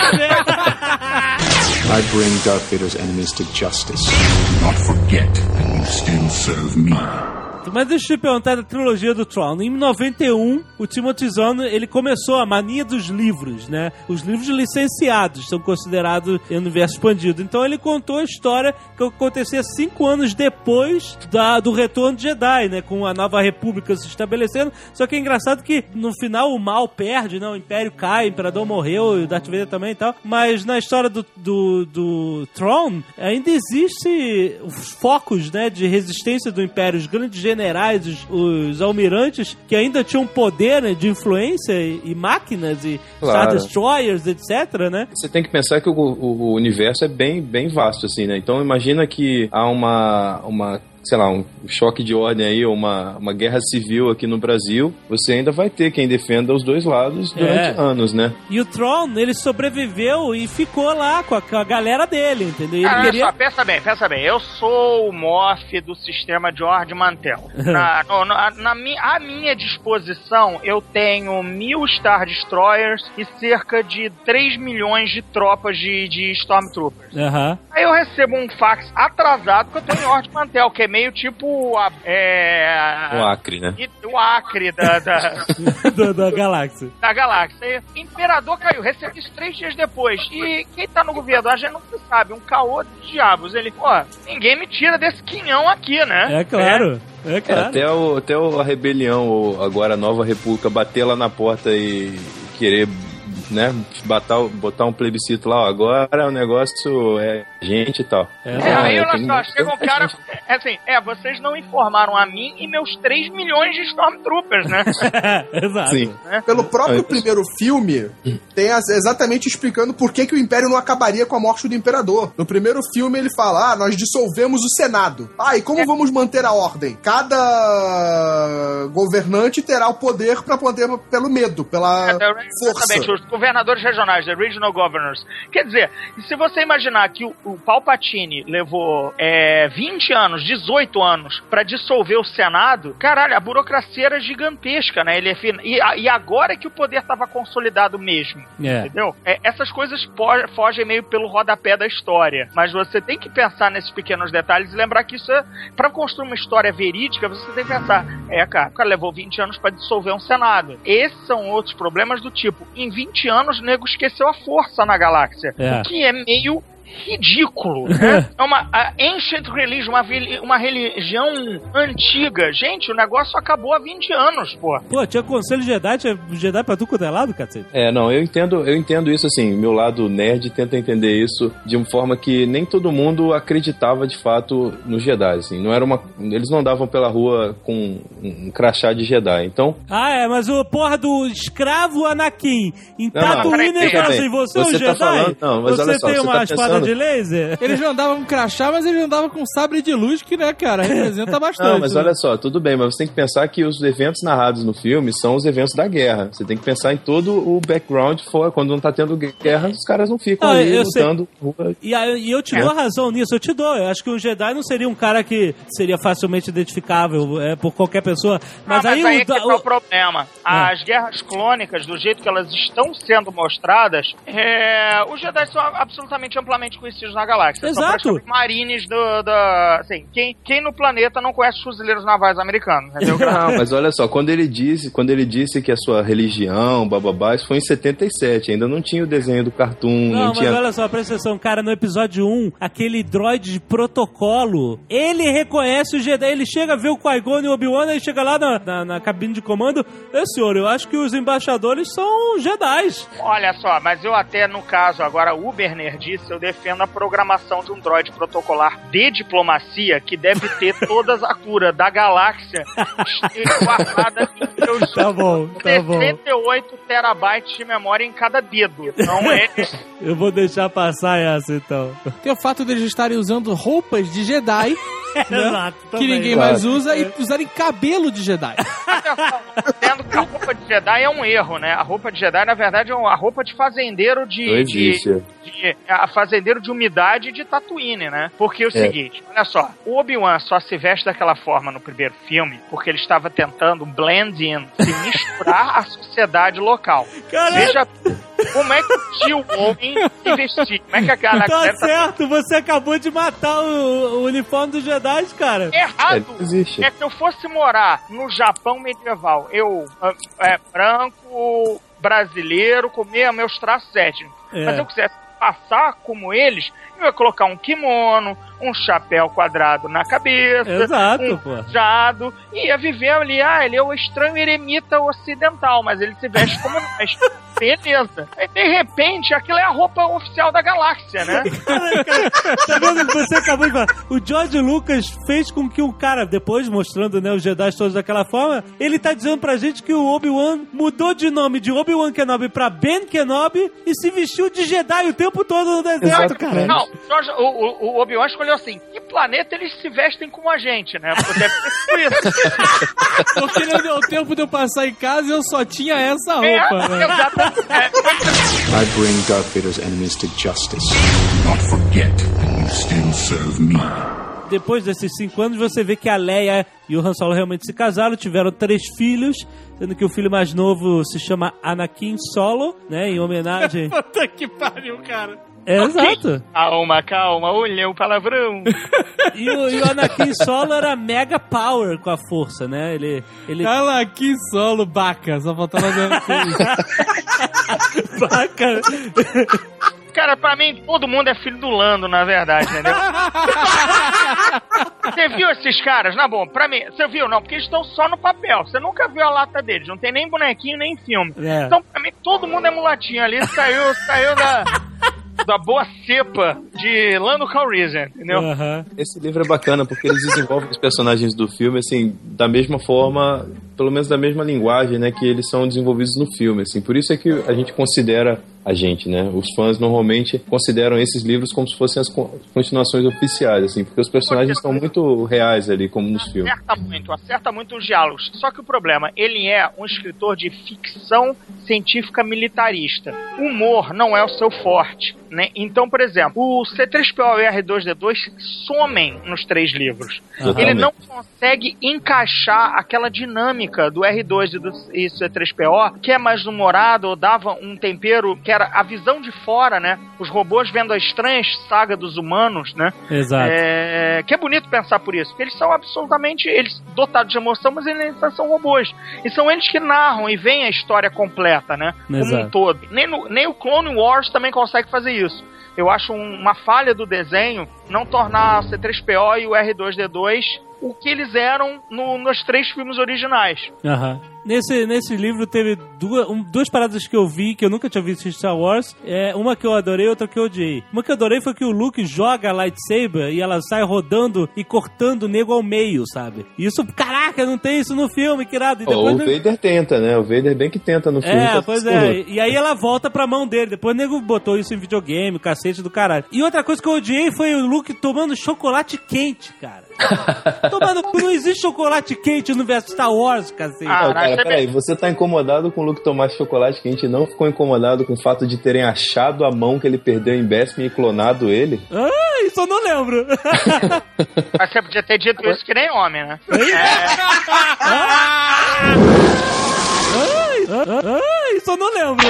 I bring Darth Vader's enemies to justice. Do not forget that you still serve me. Mas deixa eu te perguntar da trilogia do Tron. Em noventa e um, o Timothy Zahn, ele começou a mania dos livros, né? Os livros licenciados são considerados em universo expandido. Então ele contou a história que acontecia cinco anos depois da, do retorno de Jedi, né? Com a nova república se estabelecendo. Só que é engraçado que no final o mal perde, né? O Império cai, o Imperador morreu, e o Darth Vader também e tal. Mas na história do, do, do Tron, ainda existe os focos, né? De resistência do Império, os grandes generais, os, os almirantes, que ainda tinham poder, né, de influência e, e máquinas e Claro. Star Destroyers, etc, né? Você tem que pensar que o, o, o universo é bem, bem vasto, assim, né? Então imagina que há uma, uma sei lá, um choque de ordem aí, ou uma, uma guerra civil aqui no Brasil, você ainda vai ter quem defenda os dois lados durante É. anos, né? E o Tron, ele sobreviveu e ficou lá com a, com a galera dele, entendeu? Ele Ah, olha queria... só, pensa bem, pensa bem. Eu sou o Moff do sistema George Mantel. Na, no, na, na mi, à minha disposição, eu tenho mil Star Destroyers e cerca de três milhões de tropas de, de Stormtroopers. Aham. Aí eu recebo um fax atrasado que eu tô em George Mantel, que é meio tipo a, é, O Acre, né? e- o Acre da, da, da, da galáxia. da galáxia. E o Imperador caiu, recebi isso três dias depois. E quem tá no governo, a gente não sabe, um caô de diabos. Ele, ó, ninguém me tira desse quinhão aqui, né? É claro. É É, claro. até, o, até o- a rebelião, ou agora a nova república, bater lá na porta e querer, né, botar, botar um plebiscito lá, ó, agora o negócio é gente e tal. É, É, aí é, olha tem só, muito- chega um cara, é assim, é, vocês não informaram a mim e meus três milhões de Stormtroopers, né? Exato. Sim. Pelo próprio Ah, primeiro filme, tem as- exatamente explicando por que, que o Império não acabaria com a morte do Imperador. No primeiro filme ele fala, ah, nós dissolvemos o Senado. Ah, e como vamos manter a ordem? Cada governante terá o poder para poder pelo medo, pela força. Exatamente, os governadores regionais, the regional governors. Quer dizer, se você imaginar que o, o Palpatine levou é, vinte anos, dezoito anos pra dissolver o Senado, caralho, a burocracia era gigantesca, né? Ele é fin... e, a- e agora é que o poder tava consolidado mesmo, É. entendeu? É, essas coisas po- fogem meio pelo rodapé da história, mas você tem que pensar nesses pequenos detalhes e lembrar que isso é, pra construir uma história verídica, você tem que pensar, é, cara, o cara levou vinte anos pra dissolver um Senado. Esses são outros problemas do tipo, em vinte anos o nego esqueceu a força na galáxia, É. o que é meio ridículo, né? É uma a ancient religion, uma, veli- uma religião antiga. Gente, o negócio acabou há vinte anos, pô. Pô, tinha conselho Jedi, tinha Jedi pra tu quanto é lado, cacete. É, não, eu entendo, eu entendo isso assim, meu lado nerd tenta entender isso de uma forma que nem todo mundo acreditava de fato nos Jedi, assim, não era uma, eles não andavam pela rua com um, um crachá de Jedi, então... Ah, é, mas o porra do escravo Anakin em Não, não, Tatooine, peraí, ele fala veja assim, bem, você é um você tá Jedi? falando- não, mas você olha só, tem você uma tá espada pensando- de laser? Eles não andavam com crachá, mas eles andavam com sabre de luz, que, né, cara, representa bastante. Não, mas né? olha só, tudo bem, mas você tem que pensar que os eventos narrados no filme são os eventos da guerra. Você tem que pensar em todo o background, fora, quando não tá tendo guerra, os caras não ficam Ah, ali eu sei. lutando. rua- E, a- e eu te É. dou razão nisso, eu te dou. Eu acho que um Jedi não seria um cara que seria facilmente identificável é, por qualquer pessoa. Mas, Ah, aí, mas aí o, é que da- tá o o- problema. As guerras clônicas, do jeito que elas estão sendo mostradas, é, os Jedi são absolutamente amplamente conhecidos na galáxia. São Exato. praticamente marines do, da... Assim, quem, quem no planeta não conhece os fuzileiros navais americanos, entendeu? Não, mas olha só, quando ele disse, quando ele disse que a sua religião, bababá, isso foi em setenta e sete, ainda não tinha o desenho do cartoon, Não, não, mas tinha... olha só, presta atenção, cara, no episódio um, aquele droid de protocolo, ele reconhece o Jedi, ele chega a ver o Qui-Gon e o Obi-Wan, e chega lá na, na, na cabine de comando, é senhor, eu acho que os embaixadores são Jedis. Olha só, mas eu até, no caso, agora, Uber Nerdice, eu defendo a programação de um droid protocolar de diplomacia que deve ter todas a cura da galáxia guardada em seus Tá bom, tá bom. sessenta e oito terabytes de memória em cada dedo. Não é... Eu vou deixar passar essa, então. Tem o fato deles estarem usando roupas de Jedi, né, Exato, que também. ninguém Claro. mais usa, e usarem cabelo de Jedi. atenção, dizendo que a roupa de Jedi é um erro, né? A roupa de Jedi, na verdade, é uma roupa de fazendeiro de... Não existe. De, de, a fazendeiro de umidade de Tatooine, né? Porque é o É. seguinte, olha só, o Obi-Wan só se veste daquela forma no primeiro filme porque ele estava tentando blend in, se misturar à sociedade local. Caralho. Veja como é que o tio homem se vestia. Como é que a galera... Tá certo, você acabou de matar o, o uniforme dos Jedi, cara. Errado! É, existe. É que eu fosse morar no Japão medieval, eu, é, branco, brasileiro, comer meus traços étnicos. É. Mas se eu quisesse passar como eles, eu ia colocar um kimono, um chapéu quadrado na cabeça, Exato, um pô. jado, e ia viver ali, ah, ele é o estranho eremita ocidental, mas ele se veste como nós. Beleza. Aí, de repente, aquilo é a roupa oficial da galáxia, né? Caralho, cara, tá vendo o que você acabou de falar? O George Lucas fez com que o cara, depois mostrando, né, os Jedi todos daquela forma, ele tá dizendo pra gente que o Obi-Wan mudou de nome de Obi-Wan Kenobi pra Ben Kenobi e se vestiu de Jedi o tempo todo no deserto, cara. Não, Jorge, o, o, o Obi-Wan escolheu assim, que planeta eles se vestem como a gente, né? Porque deve ser por isso. Porque não deu tempo de eu passar em casa e eu só tinha essa roupa, É, né? exatamente. I bring Darth Vader's enemies to justice. Not forget that you still serve me. Depois desses cinco anos, você vê que a Leia e o Han Solo realmente se casaram, tiveram três filhos, sendo que o filho mais novo se chama Anakin Solo, né, em homenagem... Puta que pariu, cara. É, exato. Calma, calma, olha o palavrão. E o, e o Anakin Solo era mega power com a força, né? Ele... ele... Anakin Solo, baca. Só faltava dando Baca. Cara, pra mim, todo mundo é filho do Lando, na verdade, entendeu? Você viu esses caras? Na bom, pra mim, você viu? Não, porque eles estão só no papel. Você nunca viu a lata deles. Não tem nem bonequinho, nem filme. É. Então, pra mim, todo mundo é mulatinho ali. Saiu, saiu da... da boa cepa de Lando Calrissian, entendeu? Uhum. Esse livro é bacana porque eles desenvolvem os personagens do filme, assim, da mesma forma, pelo menos da mesma linguagem, né, que eles são desenvolvidos no filme, assim. Por isso é que a gente considera, a gente, né, os fãs normalmente consideram esses livros como se fossem as continuações oficiais, assim, porque os personagens são muito reais ali, como nos filmes. Acerta muito, acerta muito os diálogos. Só que o problema, ele é um escritor de ficção científica militarista. O humor não é o seu forte, né? Então, por exemplo, o C três P O e o R dois D dois somem nos três livros. Totalmente. Ele não consegue encaixar aquela dinâmica do R dois e do e C três P O, que é mais humorado, ou dava um tempero, que era a visão de fora, né? Os robôs vendo a estranha saga dos humanos, né? Exato. É, que é bonito pensar por isso, porque eles são absolutamente eles dotados de emoção, mas eles ainda são robôs. E são eles que narram e veem a história completa, né? Como Exato. um todo. Nem, no, nem o Clone Wars também consegue fazer isso. Eu acho um, uma falha do desenho não tornar o C três P O e o R dois D dois o que eles eram no, nos três filmes originais. Aham. Nesse, nesse livro teve duas, um, duas paradas que eu vi, que eu nunca tinha visto em Star Wars. É, uma que eu adorei, outra que eu odiei. Uma que eu adorei foi que o Luke joga a lightsaber e ela sai rodando e cortando o nego ao meio, sabe? E isso, caraca, não tem isso no filme, que irado. E Oh, depois o nego... Vader tenta, né? O Vader bem que tenta no filme. É, tá pois funcionando. é. E aí ela volta pra mão dele. Depois o nego botou isso em videogame, o cacete do caralho. E outra coisa que eu odiei foi o Luke tomando chocolate quente, cara. Tomando... Não existe chocolate quente no universo Star Wars, cacete. Ah, Não, cara, peraí, você tá incomodado com o Luke tomar chocolate quente e não ficou incomodado com o fato de terem achado a mão que ele perdeu em Bespin e clonado ele? Ah, isso eu não lembro. Mas você podia ter dito isso que nem homem, né? Ai, ai, isso eu não lembro.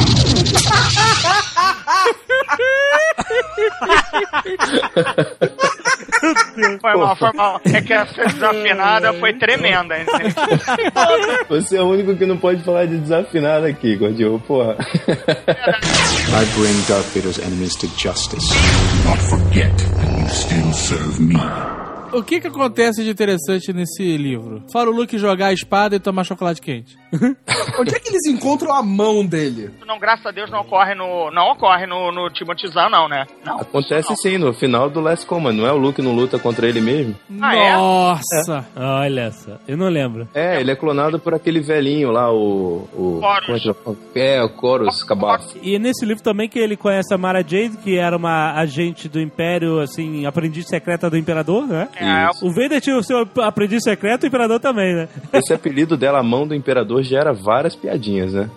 Foi mal, foi mal. É que essa desafinada foi tremenda. Entendeu? Você é o único que não pode falar de desafinado aqui, Gordinho, porra. I bring Darth Vader's enemies to justice. Not forget that you still serve me. O que que acontece de interessante nesse livro? Fora o Luke jogar a espada e tomar chocolate quente. Onde é que eles encontram a mão dele? Não, graças a Deus não ocorre no. Não ocorre no, no Timothy Zahn, não, né? Não. Acontece não. sim, no final do Last Command, não é o Luke não luta contra ele mesmo? Ah, é? Nossa! É. Olha só, eu não lembro. É, ele é clonado por aquele velhinho lá, o... o Corus. como é, que é? é, o Corus Cabafo. E nesse livro também que ele conhece a Mara Jade, que era uma agente do Império, assim, aprendiz secreta do Imperador, né? É. É, o Vader tinha o seu aprendiz secreto e o Imperador também, né? Esse apelido dela, a mão do Imperador, gera várias piadinhas, né?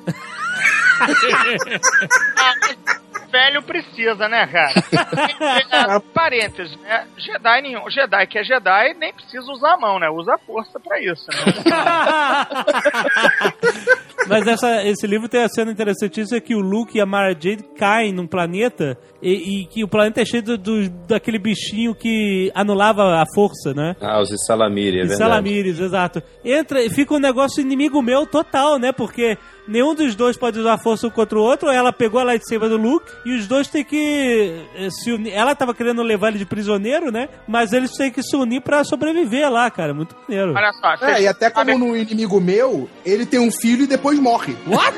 Velho precisa, né, cara? Parênteses, né? Jedi nenhum. Jedi que é Jedi nem precisa usar a mão, né? Usa a força pra isso, né? Mas essa, esse livro tem a cena interessantíssima que o Luke e a Mara Jade caem num planeta e, e que o planeta é cheio do, do, daquele bichinho que anulava a força, né? Ah, os Salamiri, é os verdade. Salamires, exato. Entra e fica um negócio inimigo meu total, né? Porque nenhum dos dois pode usar força um contra o outro. Ela pegou a lightsaber do Luke e os dois têm que se unir. Ela tava querendo levar ele de prisioneiro, né? Mas eles têm que se unir pra sobreviver lá, cara. Muito maneiro. Olha só. É, e até como no Inimigo Meu, ele tem um filho e depois morre. What?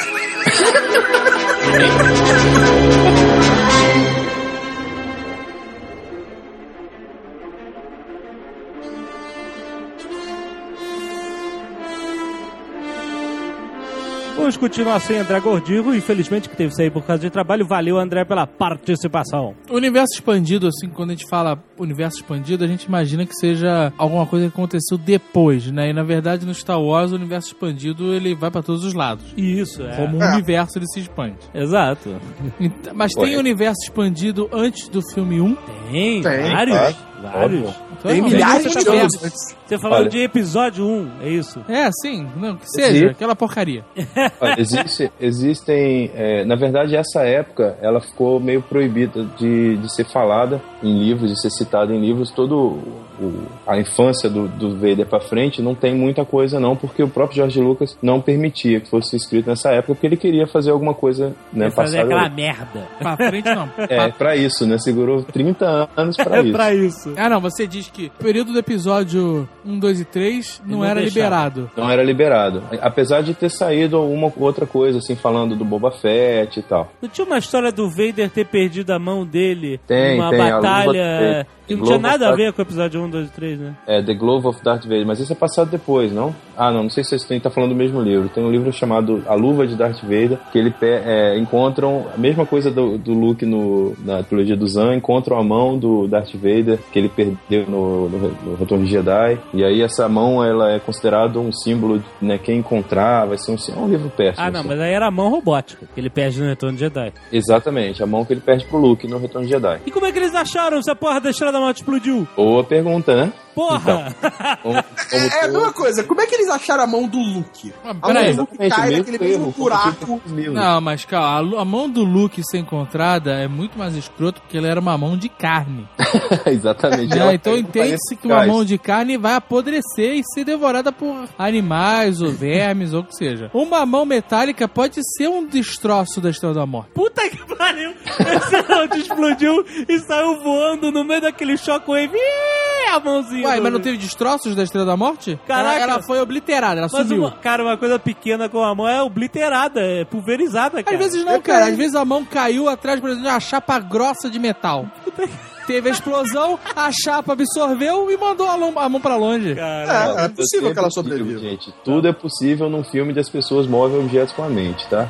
Vamos continuar sem André Gordigo, infelizmente que teve que sair por causa de trabalho. Valeu, André, pela participação. O universo expandido, assim, quando a gente fala universo expandido, a gente imagina que seja alguma coisa que aconteceu depois, né? E na verdade no Star Wars o universo expandido ele vai pra todos os lados. Isso, é. Como o É. universo ele se expande. Exato. Então, mas Ué. tem universo expandido antes do filme um? Tem, Tem, vários. claro. Vários. Óbvio. Então, Tem não, milhares você de tá anos vendo. antes. Você falou Olha. de episódio um, é isso? É, sim, não, que seja, Existe. aquela porcaria. Olha, existe, existem... é, na verdade, essa época, ela ficou meio proibida de, de ser falada em livros, de ser citada em livros. Todo o, a infância do, do Vader pra frente não tem muita coisa, não, porque o próprio George Lucas não permitia que fosse escrito nessa época, porque ele queria fazer alguma coisa, né, Vai fazer passada. aquela merda. Pra frente não. É, pra isso, né? Segurou trinta anos pra É isso. pra isso. Ah, não, você diz que o período do episódio um, dois e três não, não era deixava. liberado. Não era liberado. Apesar de ter saído alguma outra coisa, assim, falando do Boba Fett e tal. Não tinha uma história do Vader ter perdido a mão dele Tem, numa tem, a luva batalha dele. que não Glove tinha nada of a ver com o episódio um, dois e três, né? É, The Glove of Darth Vader, mas isso é passado depois, não? Ah, não, não sei se vocês estão falando do mesmo livro. Tem um livro chamado A Luva de Darth Vader, que ele é, encontram a mesma coisa do, do Luke no, na trilogia do Zan, encontram a mão do Darth Vader, que ele perdeu no, no, no Retorno de Jedi, e aí essa mão, ela é considerada um símbolo, né, quem encontrar, vai ser um, é um livro péssimo. Ah, não, assim. mas aí era a mão robótica, que ele perde no Retorno de Jedi. Exatamente, a mão que ele perde pro Luke no Retorno de Jedi. E como é que eles acharam se a porra da Estrela da Morte explodiu? Boa pergunta, né? Porra! Como, como É, é a tu- mesma coisa. Como é que eles acharam a mão do Luke? A mão peraí. do Luke Exatamente, cai mesmo naquele mesmo erro, buraco. Não, mas calma, a lu- a mão do Luke ser encontrada é muito mais escroto porque ele era uma mão de carne. Exatamente. Né? Ela Então tem entende-se um que uma gás. mão de carne vai apodrecer e ser devorada por animais ou vermes ou o que seja. Uma mão metálica pode ser um destroço da Estrela da Morte. Puta que pariu! Esse round explodiu e saiu voando no meio daquele shockwave. Ih, a mãozinha. Uai, do- mas não teve destroços da Estrela da Morte? Caraca. Ela, ela foi obliterada, ela Mas sumiu. uma, cara, uma coisa pequena com a mão é obliterada, é pulverizada, cara. Às vezes não, cara. Às vezes a mão caiu atrás, por exemplo, de uma chapa grossa de metal. Teve a explosão, a chapa absorveu e mandou a, lom- a mão pra longe. Cara, É, é possível que ela sobreviva. Gente, tudo é possível num filme de as pessoas movem objetos com a mente, tá?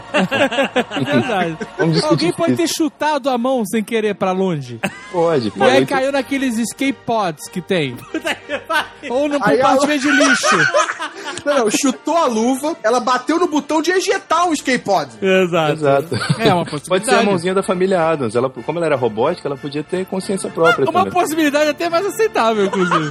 É verdade. Vamos discutir Alguém pode isso. ter chutado a mão sem querer pra longe. Pode, E pode. aí caiu naqueles escape pods que tem. Ou no Aí compartimento de lixo. Não, não, chutou a luva, ela bateu no botão de ejetar um skatepod. Exato. Exato. É uma Pode ser a possibilidade. mãozinha da família Adams. Ela, como ela era robótica, ela podia ter consciência própria Uma também. possibilidade até mais aceitável, inclusive.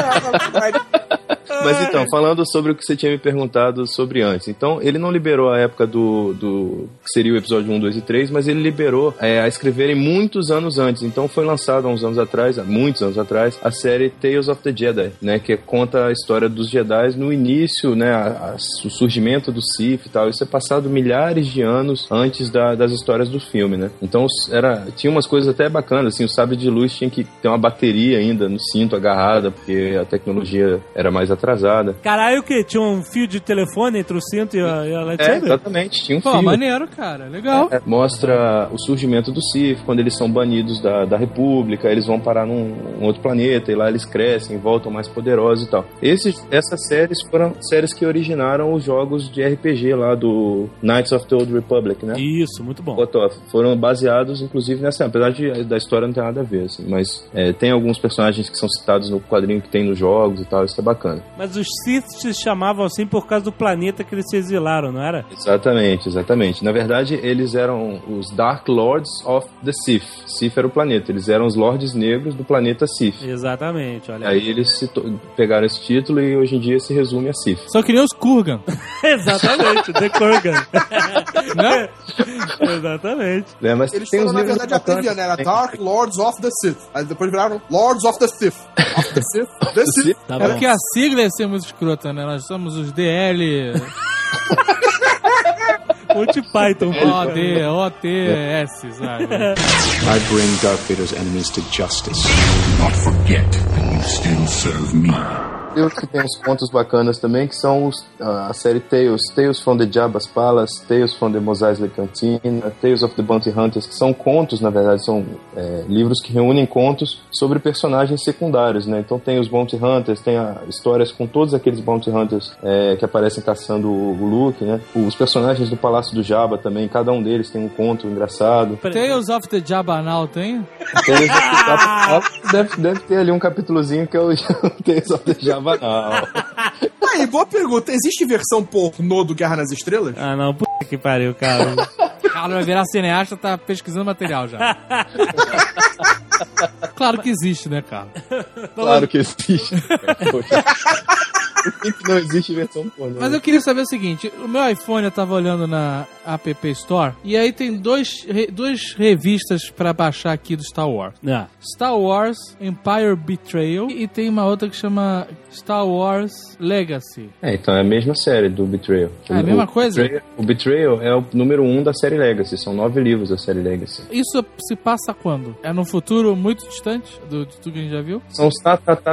Mas então, falando sobre o que você tinha me perguntado sobre antes. Então, ele não liberou a época do, do que seria o episódio um, dois e três, mas ele liberou é, a escreverem muitos anos antes. Então, foi lançado há uns anos atrás, há muitos anos atrás, a série Tales of the Jedi, né? Que conta a história dos Jedi no início, né? A, a, o surgimento do Sith e tal. Isso é passado milhares de anos antes da, das histórias do filme, né? Então, era, tinha umas coisas até bacanas, assim, o sabre de luz tinha que ter uma bateria ainda no cinto agarrada, porque a tecnologia era mais atrasada atrasada. Caralho, o quê? Tinha um fio de telefone entre o cinto e a, e a lightsaber? É, exatamente, tinha um Pô, fio. maneiro, cara, legal. É, mostra o surgimento do Sith, quando eles são banidos da, da República, eles vão parar num um outro planeta, e lá eles crescem, voltam mais poderosos e tal. Esses, essas séries foram séries que originaram os jogos de R P G lá do Knights of the Old Republic, né? Isso, muito bom. Foram baseados, inclusive, nessa, apesar de, da história não ter nada a ver, assim, mas é, tem alguns personagens que são citados no quadrinho que tem nos jogos e tal, isso é bacana. Mas os Sith se chamavam assim por causa do planeta que eles se exilaram, não era? Exatamente, exatamente. Na verdade, eles eram os Dark Lords of the Sith. Sith era o planeta, eles eram os Lordes Negros do planeta Sith. Exatamente, olha. Aí eles se to- pegaram esse título e hoje em dia se resume a Sith. Só queriam os Kurgan. Exatamente, The Kurgan. Né? Exatamente. É, mas eles tem foram, uns na livros verdade, a bacanas trivia, né? Era também. Dark Lords of the Sith. Aí depois viraram Lords of the Sith. Of the Sith? The Sith. Tá É bom. porque a sigla ia ser muito escrota, né? Nós somos os D L... Monty Python. O D, O T S, sabe? I bring Darth Vader's enemies to justice. Not forget that you still serve me. Livros que tem uns contos bacanas também, que são os, uh, a série Tales, Tales from the Jabba's Palace, Tales from the Mos Eisley Cantina, Tales of the Bounty Hunters, que são contos, na verdade, são é, livros que reúnem contos sobre personagens secundários, né? Então tem os Bounty Hunters, tem a, histórias com todos aqueles Bounty Hunters é, que aparecem caçando o, o Luke, né? Os personagens do Palácio do Jabba também, cada um deles tem um conto engraçado. Tales of the Jabbanal tem? Tales of the Jabba deve, deve ter ali um capítulozinho que é o Tales of the Jabba. Não. Aí, boa pergunta. Existe versão pornô do Guerra nas Estrelas? Ah, não. Puta que pariu, cara. Carlos vai virar cineasta, tá pesquisando material já. Claro que existe, né, cara? Claro que existe. Por que que não existe versão pornô? Mas eu queria saber o seguinte, o meu iPhone eu tava olhando na App Store, e aí tem dois, re, duas revistas pra baixar aqui do Star Wars. Ah. Star Wars Empire Betrayal, e tem uma outra que chama Star Wars Legacy. É, então é a mesma série do Betrayal. É a mesma coisa? Betrayal, o Betrayal é o número um da série Legacy, são nove livros da série Legacy. Isso se passa quando? É num futuro muito distante do, de tudo que a gente já viu? São os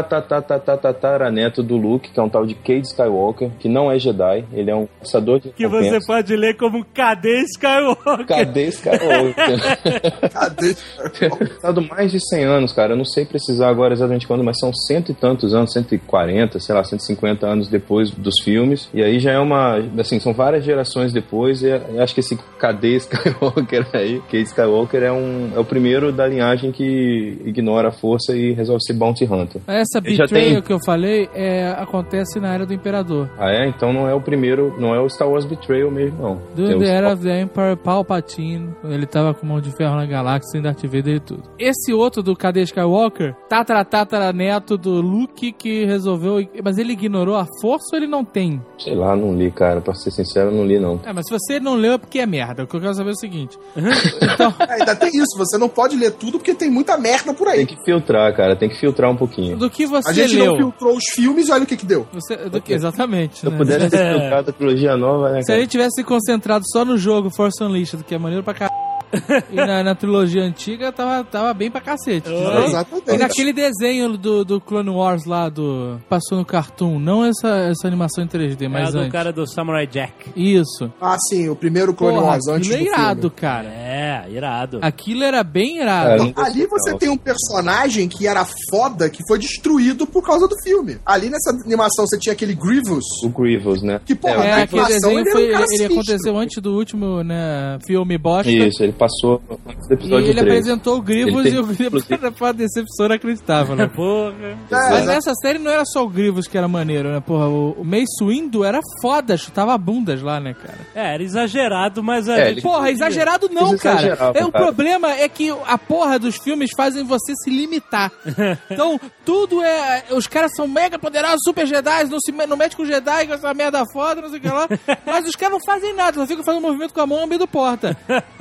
tataraneto do Luke, que é um tal de Cade Skywalker, que não é Jedi, ele é um caçador de que você pode ler como Cadê Skywalker? Cadê Skywalker? Cadê Skywalker? Passado mais de cem anos, cara, eu não sei precisar agora exatamente quando, mas são cento e tantos anos, cento e quarenta, sei lá, cento e cinquenta anos depois dos filmes, e aí já é uma, assim, são várias gerações depois, e eu acho que esse Cadê Skywalker aí, Cade Skywalker é, um, é o primeiro da linhagem que ignora a força e resolve ser Bounty Hunter. Essa Ele já Betrayal tem... que eu falei é, acontece na era do Imperador. Ah, é? Então não é o primeiro, não é o Star Wars Betrayal mesmo, não. Do Tem The os... Era of the Emperor Palpatine, ele tava com mão de ferro na galáxia, Darth Vader e tudo. Esse outro do Cadê Skywalker, tatara-tatara-neto do Luke que resolveu... Mas ele ignorou a força ou ele não tem? Sei lá, não li, cara. Pra ser sincero, não li, não. É, mas se você não leu é porque é merda. O que eu quero saber é o seguinte. Então... É, ainda tem isso, você não pode ler tudo porque tem muita merda por aí. Tem que filtrar, cara. Tem que filtrar um pouquinho. Do que você A gente leu? não filtrou os filmes e olha o que que deu. Você, do que, exatamente. Se eu né? pudesse ter filtrado a trilogia nova, né, Se a cara? gente tivesse concentrado só no jogo Force Unleashed, que é maneiro pra caralho, e na, na trilogia antiga tava, tava bem pra cacete. Oh, exatamente. E naquele desenho do, do Clone Wars lá, do passou no Cartoon, não essa, essa animação em três D, mas é do antes. cara do Samurai Jack. Isso. Ah, sim, o primeiro Clone Porra, Wars antes aquilo do é irado, filme. cara. É, irado. Aquilo era bem irado. É, não gostei, Ali você não. tem um personagem que era foda, que foi destruído por causa do filme. Ali nessa animação você tinha aquele Grievous. O Grievous, né? Que, porra, É, na aquele animação desenho ele foi, era um cara ele, ele sinistro. aconteceu antes do último, né, filme bosta. Isso, ele passou antes do E episódio ele três. apresentou o Grievous Ele tem- e o Grievous era uma decepção inacreditável, né? Porra. É, Mas nessa série não era só o Grievous que era maneiro, né? Porra, o o Mace Windu era foda, chutava bundas lá, né, cara? É, era exagerado, mas a É, gente... ele- Porra, exagerado não, Eles cara. exageravam, É, o cara. problema é que a porra dos filmes fazem você se limitar. Então, tudo é... Os caras são mega poderosos, super Jedi, não se não mete com Jedi, com essa merda foda, não sei o que lá. Mas os caras não fazem nada, só ficam fazendo movimento com a mão no meio do porta.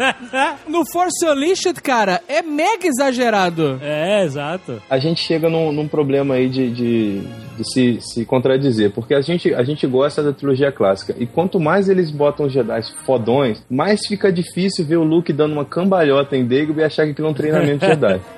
No Force Unleashed, cara, é mega exagerado. É, exato. A gente chega num, num problema aí de, de, de se, se contradizer, porque a gente, a gente gosta da trilogia clássica, e quanto mais eles botam os Jedi fodões, mais fica difícil ver o Luke dando uma cambalhota em Dagobah e achar que aquilo é um treinamento Jedi. Não,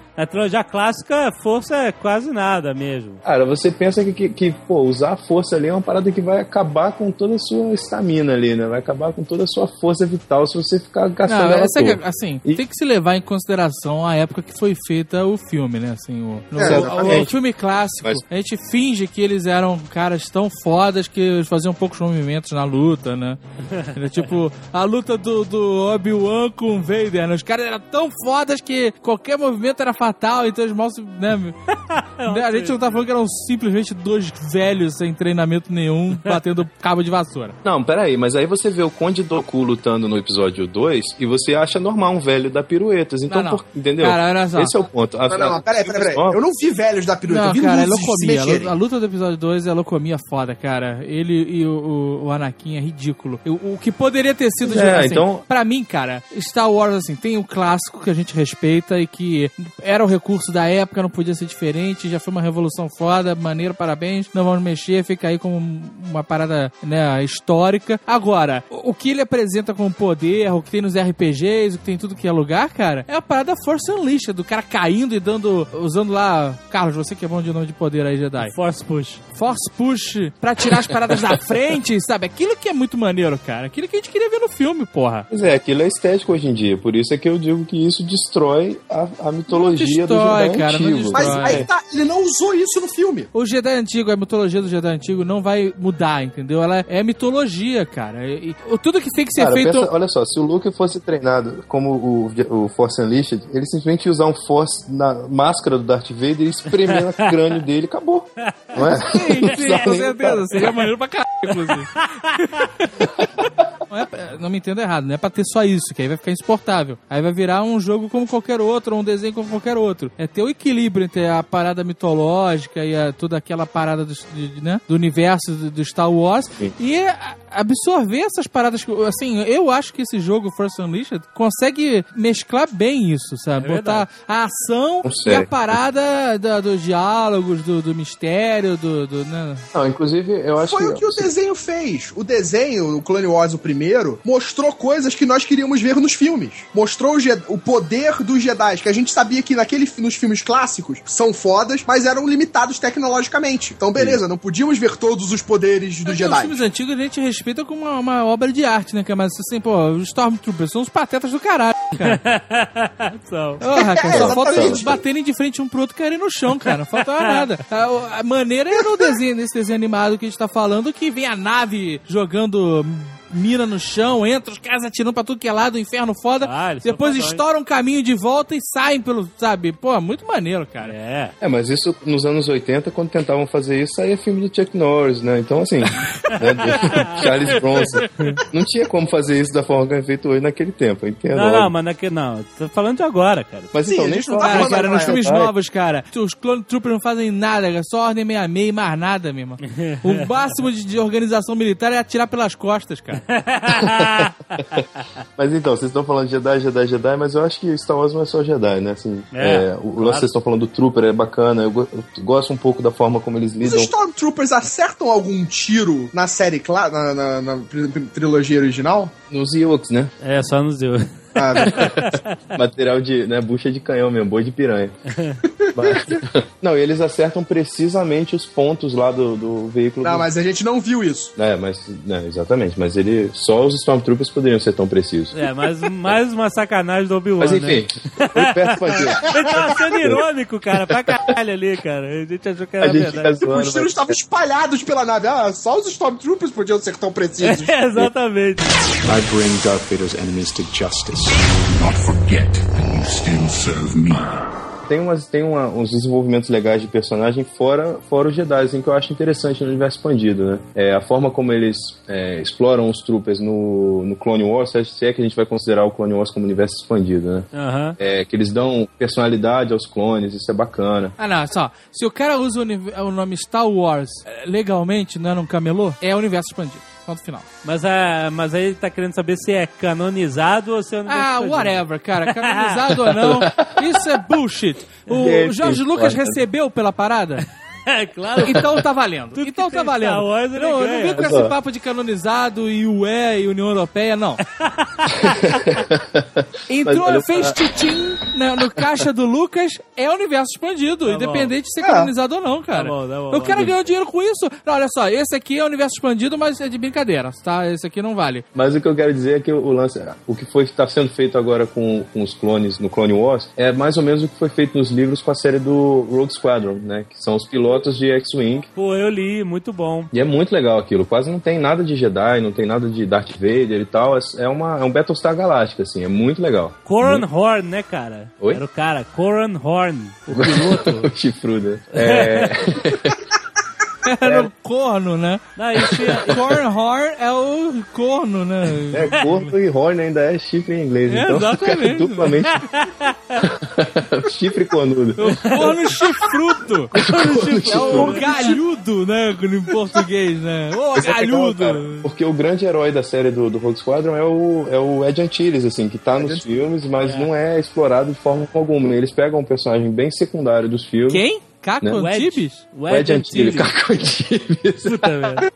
Na trilogia clássica, força é quase nada mesmo. Cara, você pensa que, que, que, pô, usar a força ali é uma parada que vai acabar com toda a sua estamina ali, né? Vai acabar com toda a sua força vital se você ficar gastando Não, ela essa toda. que, assim, E- tem que se levar em consideração a época que foi feita o filme, né? Assim, o, no- É, o- exatamente. o filme clássico, Mas- a gente finge que eles eram caras tão fodas que eles faziam poucos movimentos na luta, né? Era tipo a luta do, do Obi-Wan com o Vader, né? Os caras eram tão fodas que qualquer movimento era fatal, então os mal se... Né? A gente não tá falando que eram simplesmente dois velhos sem treinamento nenhum, batendo cabo de vassoura. Não, peraí, mas aí você vê o Conde Dooku lutando no episódio dois e você acha normal um velho dar piruetas. Então, Não, não. por- entendeu? Cara, olha só. Esse é o ponto. A- Não, não, mas peraí, peraí, peraí. Ó, Eu não vi velhos da pirueta, Não, eu vi cara, é luzes se locomia. A mexerem. lu- A luta do episódio dois é locomia foda, cara. Ele e o, o, o Anakin é ridículo. O, o que poderia ter sido... É, assim, então- Pra mim, cara, Star Wars, assim, tem o clássico que a gente respeita e que era o recurso da época, não podia ser diferente, já foi uma revolução foda, maneiro, parabéns, não vamos mexer, fica aí como uma parada, né, histórica. Agora, o, o que ele apresenta como poder, o que tem nos R P Gs, o que tem em tudo que é lugar, cara, é a parada Force Unleashed, do cara caindo e dando, usando lá... Carlos, você que é bom de nome de poder aí, Jedi. Force Push. Force Push pra tirar as paradas da frente, sabe? Aquilo que é muito maneiro, cara. Aquilo que a gente queria ver no filme, porra. Pois é, aquilo é estético hoje em dia. Por isso é que eu digo que isso destrói a, a mitologia Não destrói, do Jedi cara, não antigo. Mas Vai. aí tá, ele não usou isso no filme. O Jedi antigo, a mitologia do Jedi antigo não vai mudar, entendeu? Ela é mitologia, cara. E, e- tudo que tem que ser Cara, feito... pensa- olha só, se o Luke fosse treinado como o, o Force Unleashed, ele simplesmente ia usar um Force na máscara do Darth Vader e espremer no crânio dele e acabou. Não é? Sim, sim, precisava com nem- certeza. Seria maneiro pra caralho, inclusive. Não, é pra- não me entenda errado, não é pra ter só isso, que aí vai ficar insuportável. Aí vai virar um jogo como qualquer outro, ou um desenho como qualquer outro. É ter o equilíbrio entre a parada mitológica e a, toda aquela parada do, de- né, do universo do, do Star Wars Sim. e a- absorver essas paradas. que- Assim, eu acho que esse jogo, Force Unleashed, consegue mesclar bem isso, sabe? É Botar a ação e Consegue. a parada da- dos diálogos, do, do mistério, do... do né? Não, inclusive, eu acho Foi que... o que o desenho fez. O desenho, o Clone Wars, o primeiro, mostrou coisas que nós queríamos ver nos filmes. Mostrou o, Je- o poder dos Jedi, que a gente sabia que naquele, nos filmes clássicos são fodas, mas eram limitados tecnologicamente. Então, beleza, não podíamos ver todos os poderes dos Os Jedi. filmes antigos a gente respeita como uma, uma obra de arte, né, cara? Mas assim, pô, os Stormtroopers são os patetas do caralho, cara. São. Porra, cara, só É, falta exatamente. eles baterem de frente um pro outro e caírem no chão, cara. Não falta mais nada. A, a maneira é no desenho, nesse desenho animado que a gente tá falando, que vem a nave jogando mina no chão, entra os caras atirando pra tudo que é lado, o inferno foda, Ah, eles são depois fodões. estouram um caminho de volta e saem pelo, sabe? Pô, muito maneiro, cara. É. É, mas isso nos anos oitenta, quando tentavam fazer isso, saía filme do Chuck Norris, né? Então, assim, né, do Charles Bronson. Não tinha como fazer isso da forma que é feito hoje naquele tempo, eu entendo. Não, óbvio. não, mas naquele, não. Tô falando de agora, cara. Mas Sim, então, a nem gente não só- tá Cara, falando cara, nos agora, filmes vai. novos, cara, os Clone Troopers não fazem nada, cara, só ordem meia meia e mais nada, meu irmão. O máximo de, de organização militar é atirar pelas costas, cara. Mas então, vocês estão falando de Jedi, Jedi, Jedi, mas eu acho que Star Wars não é só Jedi, né? Assim, É, é, o claro. lance que vocês estão falando do Trooper é bacana, eu, go- eu gosto um pouco da forma como eles Os lidam. Stormtroopers acertam algum tiro na série, clá- na, na, na tri- trilogia original? Nos Ewoks, né? É, só nos deu. Ah, não. Material de, né, bucha de canhão mesmo, boi de piranha. Mas- não, e eles acertam precisamente os pontos lá do, do veículo. Não, do- mas a gente não viu isso. É, mas, né, exatamente, mas ele, só os Stormtroopers poderiam ser tão precisos. É, mas mais uma sacanagem do Obi-Wan, Mas né? enfim, foi perto pra quê? Ele tava sendo irônico, cara, pra caralho ali, cara. A gente achou que era A gente verdade. fica zoando, Os tiros mas- estavam espalhados pela nave. Ah, só os Stormtroopers podiam ser tão precisos. É, exatamente. I bring Darth Vader's enemies to justice. Not forget that you still serve me. Tem, umas, tem uma, uns desenvolvimentos legais de personagem fora, fora os Jedi, assim, que eu acho interessante no universo expandido, né? É, a forma como eles é, exploram os troopers no, no Clone Wars, se é que a gente vai considerar o Clone Wars como universo expandido, né? Aham. É, que eles dão personalidade aos clones, isso é bacana. Ah, não, só. Se o cara usa o, uni- o nome Star Wars eh, legalmente, não é num camelô, é universo expandido. Ponto final. Mas, ah, mas aí ele tá querendo saber se é canonizado ou se é universo Ah, expandido. whatever, cara. Canonizado ou não, isso é bullshit. O Gente, Jorge Lucas foda. recebeu pela parada? É, claro. Então tá valendo. Tudo então que tá tem valendo. Star Wars, ele não, ganha. não vem com esse papo de canonizado e U E e União Europeia, não. Entrou, Mas, olha, fez titim na, no caixa do Lucas, é universo expandido, Tá independente de ser É. canonizado ou não, cara. Tá bom, tá bom, Eu tá quero bom. ganhar dinheiro com isso. Não, olha só, esse aqui é universo expandido, mas é de brincadeira, tá? Esse aqui não vale. Mas o que eu quero dizer é que o lance, o que foi está sendo feito agora com, com os clones no Clone Wars é mais ou menos o que foi feito nos livros com a série do Rogue Squadron, né? Que são os pilotos de X-Wing. Pô, eu li, muito bom. E é muito legal aquilo. Quase não tem nada de Jedi, não tem nada de Darth Vader e tal. É, uma, é um Battlestar Galáctica, assim. É muito legal. Coran muito... Horn, né, cara? Oi? Era o cara, Coran Horn, o piloto. O chifrudo. É... Era o corno, né? Não, isso é... Cornhorn é o corno, né? É, corno e horn ainda é chifre em inglês. É, então exatamente. fica duplamente chifre cornudo. O corno chifrudo. É o galhudo, né? Em português, né? Ô, Mas é legal, galhudo. cara, porque o grande herói da série do, do Rogue Squadron é o, é o Ed Antilles, assim, que tá nos filmes, mas não é explorado de forma alguma. Eles pegam um personagem bem secundário dos filmes. Quem? Caco Né? Antibes? O O Ed Antilles, Caco Antibes. Puta merda.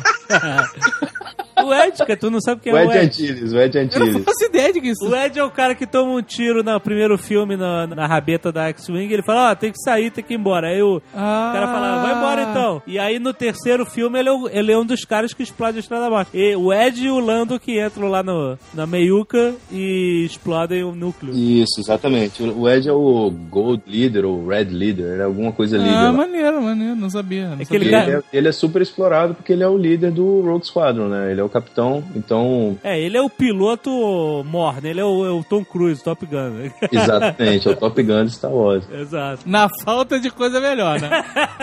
O Ed, cara, tu não sabe quem O é Ed o Ed. Antilles, o Ed Eu não Antilles. faço ideia de que isso. O Ed é o cara que toma um tiro no primeiro filme na, na rabeta da X-Wing. Ele fala, ó, oh, tem que sair, tem que ir embora. Aí o, Ah. o cara fala, vai embora então. E aí no terceiro filme ele é, o- ele é um dos caras que explode a Estrela da Morte. E o Ed e o Lando que entram lá no, na meiuca e explodem o núcleo. Isso, exatamente. O Ed é o Gold Leader ou Red Leader, é alguma coisa líder. Ah, lá. maneiro, maneiro, não sabia. Não Aquele sabia. cara- Ele é, ele é super explorado porque ele é o líder do Rogue Squadron, né? Ele é o capitão, então... É, ele é o piloto morno, ele é o, é o Tom Cruise, Top Gun. Exatamente, é o Top Gun de Star Wars. Exato. Na falta de coisa melhor, né?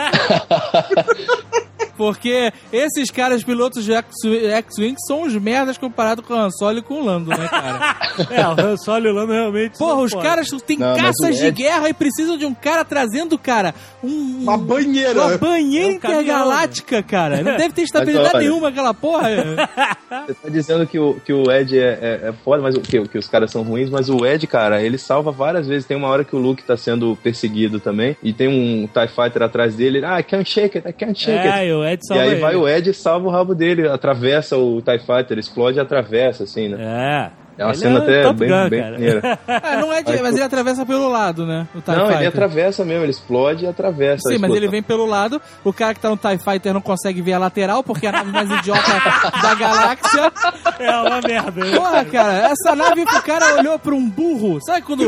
Porque esses caras pilotos de X- X-Wing são uns merdas comparado com o Han Solo e com o Lando, né, cara? É, o Han Solo e o Lando realmente... Porra, são os foda. caras têm Não, mas caças o de Ed- guerra e precisam de um cara trazendo, cara, um... Uma banheira. Uma banheira É um caminhão, intergaláctica, cara. Não deve ter estabilidade Mas, olha, nenhuma aquela porra. Você tá dizendo que o, que o Ed é, é, é foda, mas o- que, que os caras são ruins, mas o Ed, cara, ele salva várias vezes. Tem uma hora que o Luke tá sendo perseguido também, e tem um TIE Fighter atrás dele, ele, ah, I can't shake it, I can't shake it. É, e o Ed E salva aí ele. vai o Ed e salva o rabo dele, atravessa o TIE Fighter, explode e atravessa, assim, né? É. É uma Ele cena é até Top bem, Gun, bem cara. maneira. Ah, não é de, mas ele atravessa pelo lado, né? O TIE Não, Fighter. ele atravessa mesmo, ele explode e atravessa. Sim, a mas ele explosão. vem pelo lado, o cara que tá no TIE Fighter não consegue ver a lateral, porque é a nave mais idiota da galáxia. É uma merda. né? Porra, cara, essa nave, o cara olhou pra um burro. Sabe quando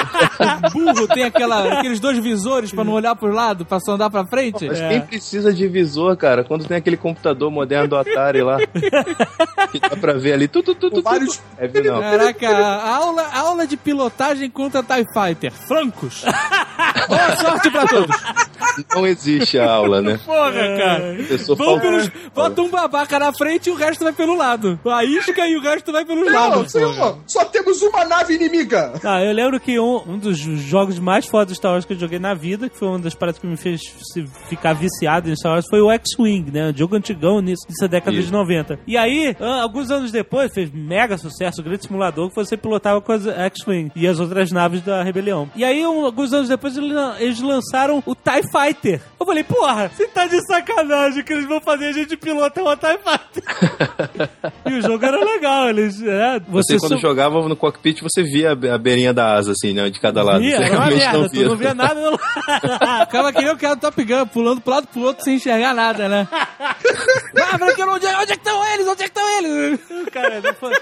o burro tem aquela, aqueles dois visores pra não olhar pro lado, pra só andar pra frente? Mas É. quem precisa de visor, cara? Quando tem aquele computador moderno do Atari lá, que dá pra ver ali, tu, tu, tu, tu, tu, vários- tu. É, viu, não. Caraca, a aula, a aula de pilotagem contra TIE Fighter. Francos. Boa sorte pra todos. Não existe a aula, né? Porra, cara. Pessoa Vão falta- pelos, bota um babaca na frente e o resto vai pelo lado. A isca e o resto vai pelos Não, lados. porra. senhor, só temos uma nave inimiga. Ah, eu lembro que um, um dos jogos mais fodas de Star Wars que eu joguei na vida, que foi uma das paradas que me fez se- ficar viciado em Star Wars, foi o X-Wing, né? Um jogo antigão nisso, isso é década Isso. de noventa. E aí, ah, alguns anos depois, fez mega sucesso, o grande simulador, que você pilotava com as X-Wing e as outras naves da rebelião. E aí, um, alguns anos depois, eles lan- eles lançaram o TIE Fighter. Eu falei, porra, você tá de sacanagem que eles vão fazer a gente pilotar uma TIE Fighter. E o jogo era legal, eles... É, Você, quando só- jogava no cockpit, você via a be- a beirinha da asa, assim, né? De cada lado. Via, Você era uma realmente merda, não tu via. não via nada. Não... O cara queria o cara do Top Gun, pulando pro lado pro outro sem enxergar nada, né? Ah, pra que eu não... Onde é que estão eles? Onde é que estão eles? Cara, não foi...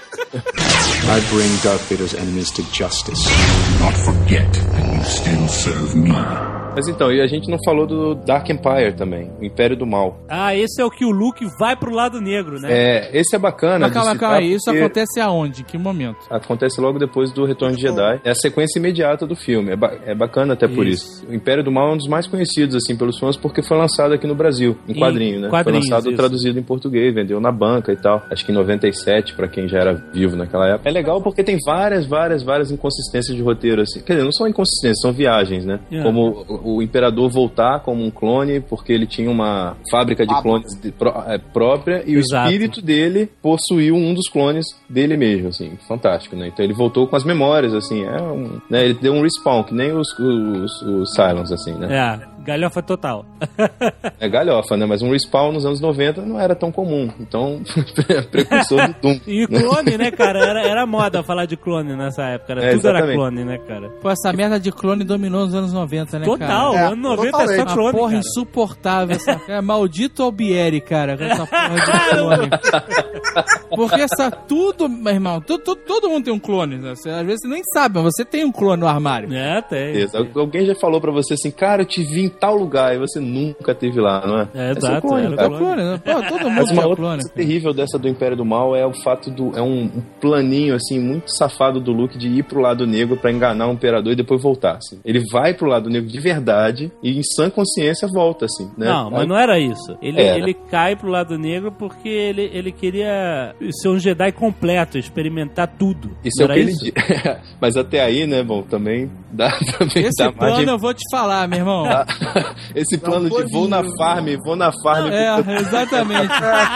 I bring Darth Vader's enemies to justice. Not forget that you still serve me. Mas então, e a gente não falou do Dark Empire também, o Império do Mal. Ah, esse é o que o Luke vai pro lado negro, né? É, esse é bacana. Mas de calma, citar calma aí. Isso porque acontece aonde? Em que momento? Acontece logo depois do Retorno de Jedi. É a sequência imediata do filme. É, ba- é bacana até por Isso. isso. O Império do Mal é um dos mais conhecidos, assim, pelos fãs, porque foi lançado aqui no Brasil, em Em quadrinho, né? quadrinhos, foi lançado isso. traduzido em português, vendeu na banca e tal. Acho que em noventa e sete, pra quem já era vivo naquela época. É legal porque tem várias, várias, várias inconsistências de roteiro, assim. Quer dizer, não são inconsistências, são viagens, né? É. Como o, o Imperador voltar como um clone, porque ele tinha uma fábrica de Ah, clones de- pró- é, própria, e Exato. o espírito dele possuiu um dos clones dele mesmo, assim, fantástico, né? Então ele voltou com as memórias, assim, é um, né? Ele deu um respawn, que nem os, os, os Cylons, assim, né? É. Galhofa total. É galhofa, né? Mas um respawn nos anos noventa não era tão comum. Então, precursor do Doom. E clone, né, cara? Era, era moda falar de clone nessa época. Era, É, tudo era exatamente. clone, né, cara? Pô, essa merda de clone dominou nos anos noventa, né, Total, cara? ano noventa é só Uma clone, porra cara. insuportável essa cara. Maldito Albieri, cara, com essa porra de clone. Porque essa tudo, meu irmão, tu, tu, todo mundo tem um clone, né? Você, às vezes você nem sabe, mas você tem um clone no armário. É, tem. Beleza. Alguém já falou pra você assim, cara, eu te vi em tal lugar e você nunca teve lá, não é? É, É seu exato, clone, era cara. Clone, né? Pô, todo mundo Mas uma tem outra clone. coisa terrível dessa do Império do Mal é o fato do... É um, um planinho, assim, muito safado do Luke de ir pro lado negro pra enganar o Imperador e depois voltar, assim. Ele vai pro lado negro de verdade e em sã consciência volta, assim, né? Não, mas não era isso. Ele, Era. ele cai pro lado negro porque ele, ele queria ser um Jedi completo, experimentar tudo. Isso Não é o era que ele isso? diz. Mas até aí, né, bom, também dá, também Esse dá plano margem... eu vou te falar, meu irmão. Esse plano de vou na farm, vou na farm... É, exatamente.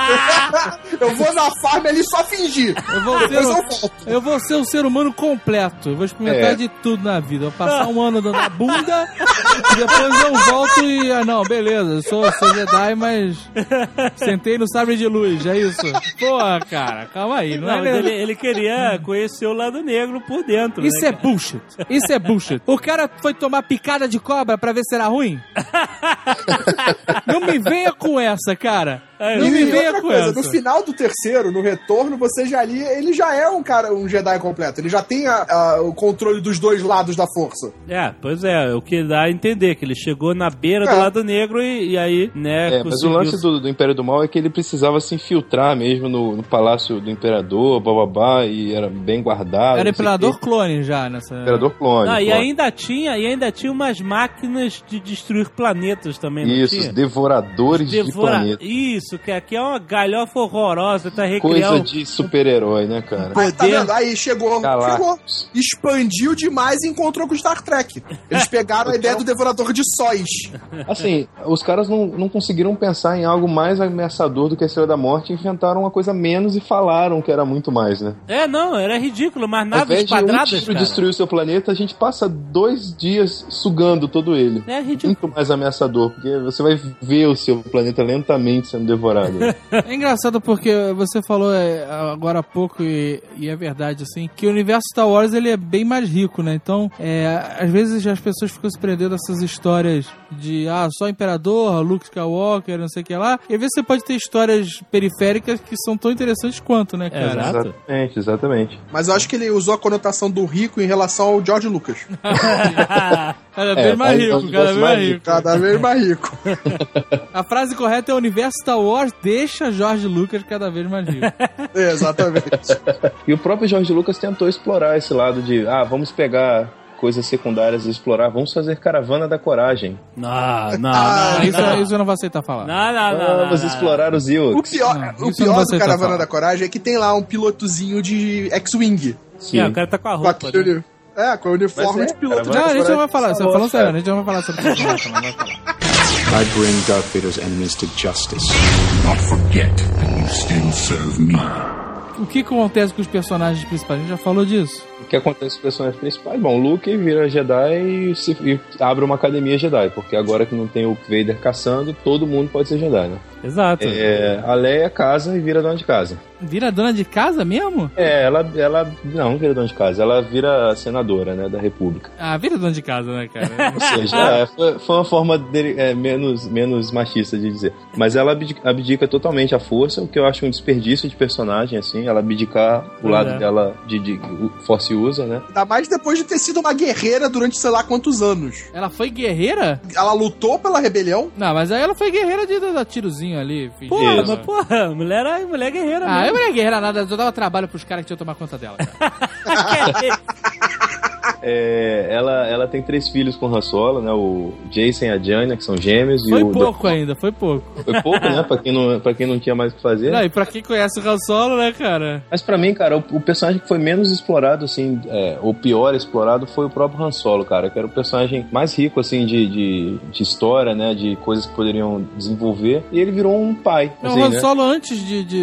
Eu vou na farm ali só fingir. Eu vou, ser, Depois eu um- volto. eu vou ser um ser humano completo. Eu vou experimentar É. de tudo na vida. Eu vou passar um ano dando a bunda e depois eu volto e... Ah, não, beleza. Eu sou, sou Jedi, mas sentei no sabre de luz. É isso. Porra, cara. Calma aí. Não, Não, é mas ele, mesmo. ele queria conhecer o lado negro por dentro. Isso né, é bullshit. Isso é bullshit. O cara foi tomar picada de cobra pra ver se era ruim? Não me venha com essa, cara. É, Não E me venha outra com coisa, essa. no final do terceiro, no retorno, você já ali, ele já é um cara, um Jedi completo. Ele já tem a- a- o controle dos dois lados da força. É, pois é, o que dá a entender, que ele chegou na beira É. do lado negro e, e aí, né, É, mas o lance do, do Império do Mal é que ele precisava se infiltrar mesmo no, no palácio do Imperador, bababá, e era bem guardado. Era não sei Imperador o quê. clone já nessa... Imperador clone. Ah, e clone. ainda tinha, e ainda tinha umas máquinas de destruir planetas também, não Isso, tinha? os devoradores de Devora- planeta. Isso, que aqui é uma galhofa horrorosa, tá recriar Coisa um... de super-herói, né, cara? Aí, tá vendo? Aí chegou, Galácticos. chegou, expandiu demais e encontrou com Star Trek. Eles pegaram a ideia do devorador de sóis. Assim, os caras não, não conseguiram pensar em algo mais ameaçador do que a Estrela da Morte e inventaram uma coisa menos e falaram que era muito mais, né? É, não, era ridículo, mas Ao naves invés de um quadradas, tiro cara. destruir o seu planeta, a gente passa dois dias sugando todo ele. É ridículo. Muito mais ameaçador, porque você vai ver o seu planeta lentamente sendo devorado. É engraçado porque você falou é, agora há pouco, e, e é verdade, assim, que o universo Star Wars ele é bem mais rico, né? Então, é, às vezes as pessoas ficam se prendendo a essas histórias de, ah, só Imperador, Luke Skywalker, não sei o que lá. E às vezes você pode ter histórias periféricas que são tão interessantes quanto, né, cara? Exato. Exatamente, exatamente. Mas eu acho que ele usou a conotação do rico em relação ao George Lucas. Cada vez É, mais faz rico, um cada vez negócio mais mais rico. Cada vez mais rico. A frase correta é: o universo Star Wars deixa George Lucas cada vez mais rico. É, exatamente. E o próprio George Lucas tentou explorar esse lado de, ah, vamos pegar coisas secundárias e explorar, vamos fazer Caravana da Coragem. Não, não, Ah, não. isso, não. isso eu não vou aceitar falar. Não, não, não, não, Vamos não. explorar os O Ewoks. pior, Não, o isso eu não pior vou do aceitar Caravana falar. da Coragem é que tem lá um pilotozinho de X-Wing. Sim. É, o cara tá com a Com roupa, aquele né? uni- É, com o uniforme Mas é, de piloto. Caravana Não, a de gente não Coragem. vai falar, você Star falando Wars, sério, a cara. gente não vai falar sobre isso. Não vai falar. I bring Darth Vader's enemies to justice. Not forget that you still serve me. O que acontece com os personagens principais? A gente já falou disso. O que acontece com os personagens principais? Bom, o Luke vira Jedi e, se, e abre uma academia Jedi, porque agora que não tem o Vader caçando, todo mundo pode ser Jedi, né? Exato. É, a Leia casa e vira dona de casa. Vira dona de casa mesmo? É, ela, ela não vira dona de casa, ela vira senadora, né, da República. Ah, vira dona de casa, né, cara? Ou seja, é, foi, foi uma forma dele, é, menos, menos machista de dizer. Mas ela abdica, abdica totalmente a força, o que eu acho um desperdício de personagem, assim, ela abdicar o lado É. dela de, de Force usa, né? Ainda mais depois de ter sido uma guerreira durante sei lá quantos anos. Ela foi guerreira? Ela lutou pela rebelião. Não, mas aí ela foi guerreira de dar tirozinho ali. Porra, fingindo. mas porra, a mulher é mulher guerreira Ah, eu mesmo. não ia guerreira nada, eu dava trabalho pros caras que tinham que tomar conta dela. Cara. É, ela, ela tem três filhos com o Han Solo, né? O Jason e a Diana, que são gêmeos. Foi e o pouco ainda, foi pouco. Foi pouco, né? Pra quem não, pra quem não tinha mais o que fazer. Não, e pra quem conhece o Han Solo, né, cara? Mas pra mim, cara, o, o personagem que foi menos explorado, assim, é, ou pior explorado, foi o próprio Han Solo, cara, que era o personagem mais rico, assim, de, de, de história, né, de coisas que poderiam desenvolver, e ele virou um pai, Não, assim, o Han né? Solo antes de, de,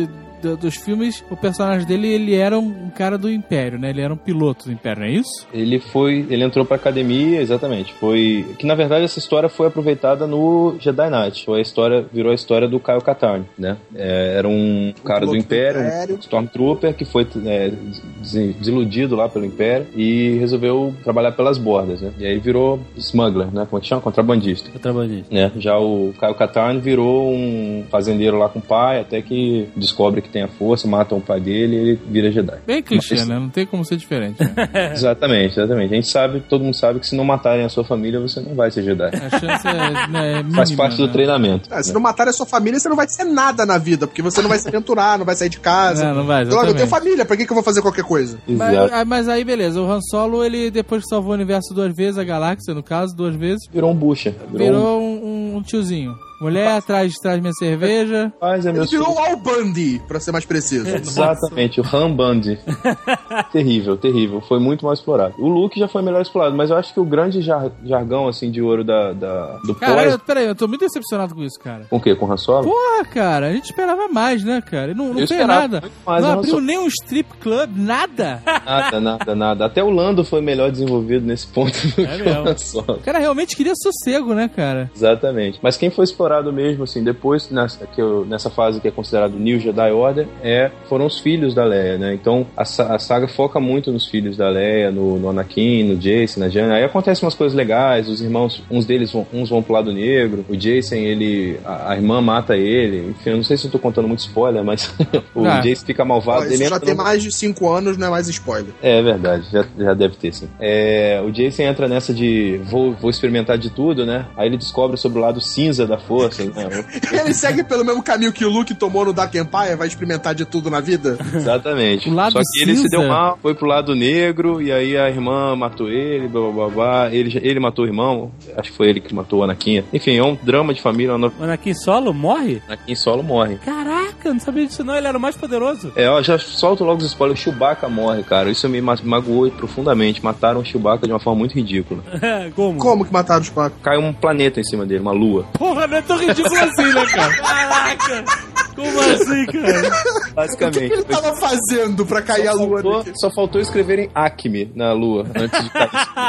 do, dos filmes, o personagem dele, ele era um cara do Império, né? Ele era um piloto do Império, não é isso? Ele foi, ele entrou pra academia, exatamente. Foi, que na verdade essa história foi aproveitada no Jedi Knight. Foi a história, virou a história do Kyle Katarn, né? É, era um o cara do Império, do Império, um Stormtrooper que foi é, desiludido lá pelo Império e resolveu trabalhar pelas bordas, né? E aí virou smuggler, né? Como é que chama? Contrabandista. Contrabandista. Né? Já o Kyle Katarn virou um fazendeiro lá com o pai, até que descobre que tem a força, matam o pai dele e ele vira Jedi. Bem clichê, Mas, né? Não tem como ser diferente. Né? Exatamente, exatamente. A gente sabe, todo mundo sabe que se não matarem a sua família, você não vai ser Jedi. A chance é, né, é mínima, faz parte né? do treinamento. É, se não matarem a sua família, você não vai ser nada na vida, porque você não vai se aventurar, não vai sair de casa. Não, não vai, Logo, eu tenho família, pra que, que eu vou fazer qualquer coisa? Mas, mas aí, beleza, o Han Solo, ele depois que salvou o universo duas vezes, a galáxia, no caso, duas vezes... Virou um bucha. Virou, virou um, um tiozinho. Mulher, traz, traz minha cerveja. Mas é Ele meu virou o Al Bundy, pra ser mais preciso. Exatamente, o Han Bundy. Terrível, terrível. Foi muito mal explorado. O Luke já foi melhor explorado, mas eu acho que o grande jar, jargão, assim, de ouro da, da, do cara, pós... eu, peraí, eu tô muito decepcionado com isso, cara. Com o quê? Com o Han Solo? Porra, cara, a gente esperava mais, né, cara? Não, não fez nada. Mais, não abriu nem um strip club, nada. Nada, nada, nada. Até o Lando foi melhor desenvolvido nesse ponto do é que o Han Solo. O cara realmente queria sossego, né, cara? Exatamente. Mas quem foi explorado mesmo, assim, depois, nessa, que eu, nessa fase que é considerado New Jedi Order, é, foram os filhos da Leia, né? Então, a, a saga foca muito nos filhos da Leia, no, no Anakin, no Jason, na Jana. Aí acontecem umas coisas legais, os irmãos, uns deles vão, uns vão pro lado negro, o Jason, ele, a, a irmã mata ele, enfim, eu não sei se eu tô contando muito spoiler, mas o ah. Jason fica malvado. Isso ele já tem no... mais de cinco anos, não é mais spoiler. É, é verdade, já, já deve ter, sim. É, o Jason entra nessa de vou, vou experimentar de tudo, né? Aí ele descobre sobre o lado cinza da força, né? Ele segue pelo mesmo caminho que o Luke tomou no Dark Empire, vai experimentar de tudo na vida? Exatamente. O lado Só que cinza. ele se deu mal, foi pro lado negro, e aí a irmã matou ele, blá blá blá, blá. Ele, ele matou o irmão, acho que foi ele que matou o Anakin. Enfim, é um drama de família. Uma... O Anakin Solo morre? Anakin Solo morre. Caraca, eu não sabia disso não, ele era o mais poderoso. É, ó, já solto logo os spoilers, o Chewbacca morre, cara. Isso me magoou profundamente. Mataram o Chewbacca de uma forma muito ridícula. Como? Como que mataram o Chewbacca? Caiu um planeta em cima dele, uma lua. Porra, não é tão ridículo assim, né, cara? Caraca! Como assim, cara? Basicamente. O que, que ele tava fazendo pra cair só a lua? Faltou, só faltou escreverem Acme na lua antes de cair.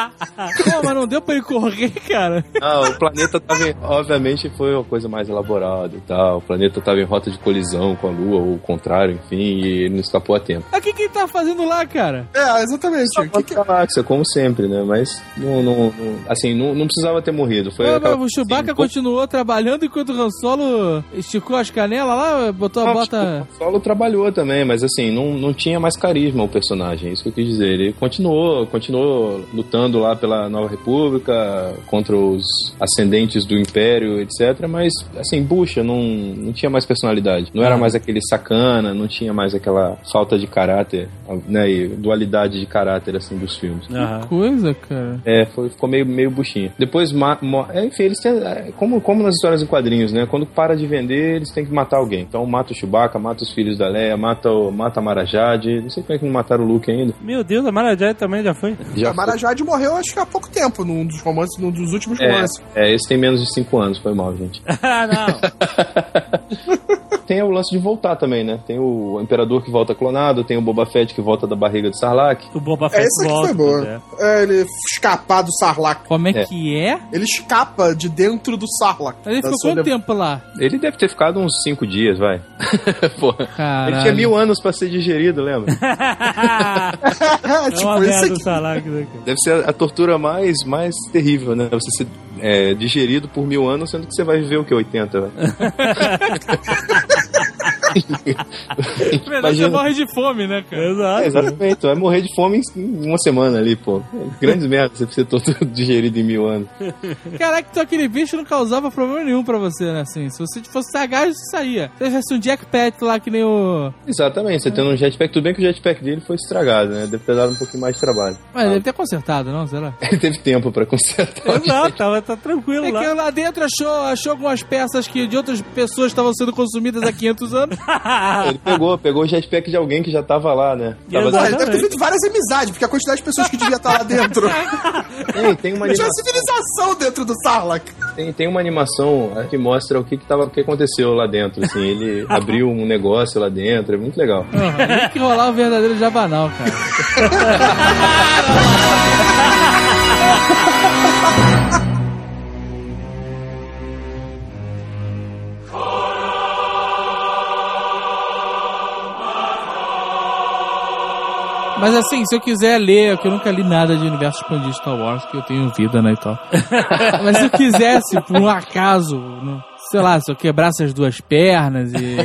Pô, mas não deu pra ele correr, cara? Não, o planeta tava em, obviamente foi uma coisa mais elaborada e tal. O planeta tava em rota de colisão com a lua, ou o contrário, enfim, e ele não escapou a tempo. Mas o que que ele tá fazendo lá, cara? É, exatamente. Só que que... galáxia, como sempre, né? Mas não, não, não, assim, não, não precisava ter morrido. Foi Pô, aquela... mas o Chewbacca assim, continuou trabalhando enquanto o Han Solo esticou as canelas lá, botou a não, bota... O Solo trabalhou também, mas assim, não, não tinha mais carisma o personagem, isso que eu quis dizer. Ele continuou, continuou lutando lá pela Nova República, contra os ascendentes do Império, etcétera. Mas, assim, bucha, não, não tinha mais personalidade. Não era mais aquele sacana, não tinha mais aquela falta de caráter, né, e dualidade de caráter, assim, dos filmes. Que coisa, cara. É, foi, ficou meio, meio buchinho. Depois, ma, ma, é, enfim, eles têm, é, como, como nas histórias em quadrinhos, né, quando para de vender, eles têm que matar alguém. Então mata o Chewbacca, mata os filhos da Leia, mata, o, mata a Mara Jade. Não sei como é que não mataram o Luke ainda. Meu Deus, a Mara Jade também já foi? Já a Mara Jade morreu acho que há pouco tempo, num dos romances, num dos últimos é, romances. É, esse tem menos de cinco anos, foi mal, gente. Ah, não. Tem o lance de voltar também, né? Tem o Imperador que volta clonado, tem o Boba Fett que volta da barriga de Sarlacc. O Boba Fett é, esse aqui volta, foi boa. É. É, ele escapar do Sarlacc. Como é, é que é? Ele escapa de dentro do Sarlacc. Ele ficou quanto tempo lá? Ele deve ter ficado uns cinco dias, vai. Porra. Caralho. Ele tinha mil anos pra ser digerido, lembra? É tipo, uma esse aqui. do Sarlacc, né, cara? Deve ser a tortura mais, mais terrível, né? Você ser é, digerido por mil anos, sendo que você vai viver o que? oitenta, velho. Imagina... Você morre de fome, né, cara? Exato. É, exatamente, tu vai morrer de fome em uma semana ali, pô. Grandes merdas, você precisa todo digerido em mil anos. Caraca, então aquele bicho não causava problema nenhum pra você, né, assim. Se você fosse sagaz, você saía. Se tivesse um jetpack lá que nem o... Exatamente, você tendo um jetpack, tudo bem que o jetpack dele foi estragado, né? Deve ter dado um pouquinho mais de trabalho. Mas ah. ele deve ter consertado, não? Será? Ele teve tempo pra consertar. Exato, tava, tá tranquilo é lá. É que lá dentro achou, achou algumas peças que de outras pessoas estavam sendo consumidas há quinhentos anos. Ele pegou, pegou o jetpack de alguém que já tava lá, né? Tava Pô, ele deve ter feito várias amizades, porque a quantidade de pessoas que devia estar lá dentro. Tem, tem uma Tinha animação. uma civilização dentro do Sarlacc. Tem, tem uma animação que mostra o que, que, tava, o que aconteceu lá dentro, assim. Ele abriu um negócio lá dentro, é muito legal. Uhum. Tem que rolar o verdadeiro Jabanal, cara. Mas assim, se eu quiser ler, que eu nunca li nada de universo expandido de Star Wars, que eu tenho vida, né, e tal. Mas se eu quisesse, por um acaso, né, sei lá, se eu quebrasse as duas pernas e,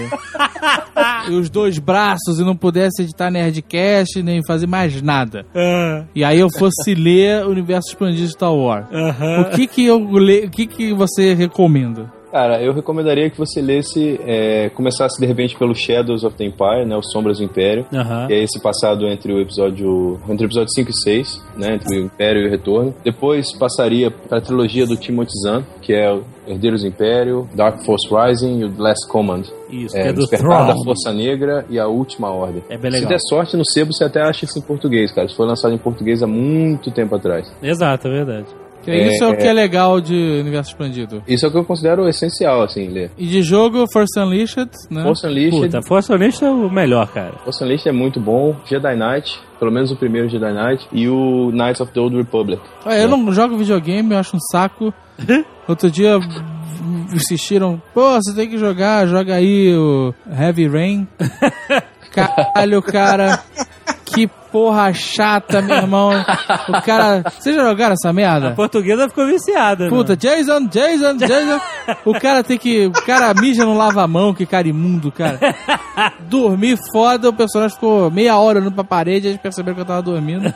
e os dois braços e não pudesse editar Nerdcast nem fazer mais nada. Uh. E aí eu fosse ler o universo expandido de Star Wars. Uh-huh. O que que eu le... o que que você recomenda? Cara, eu recomendaria que você lesse, é, começasse de repente pelo Shadows of the Empire, né, os Sombras do Império, uhum. que é esse passado entre o episódio entre o episódio cinco e seis, né, entre o Império e o Retorno. Depois passaria para a trilogia do Timothy Zahn, que é o Herdeiros do Império, Dark Force Rising e o The Last Command. Isso, é, que é do Despertar Throne. da Força Negra e a Última Ordem. É bem legal. Se der sorte no sebo, você até acha isso em português, cara. Isso foi lançado em português há muito tempo atrás. Exato, é verdade. É, isso é o que é legal de universo expandido. Isso é o que eu considero essencial, assim, ler. E de jogo, Force Unleashed, né? Force Unleashed... Puta, Force Unleashed é o melhor, cara. Force Unleashed é muito bom. Jedi Knight, pelo menos o primeiro Jedi Knight. E o Knights of the Old Republic. Ah, eu não jogo videogame, eu acho um saco. Outro dia insistiram, pô, você tem que jogar, joga aí o Heavy Rain. Caralho, cara... Que porra chata, meu irmão. O cara... Vocês já jogaram essa merda? A portuguesa ficou viciada. Puta, né? Jason, Jason, Jason. O cara tem que... O cara mija no lava-mão, que cara imundo, cara. Dormir foda, o personagem ficou meia hora olhando pra parede e eles perceberam que eu tava dormindo.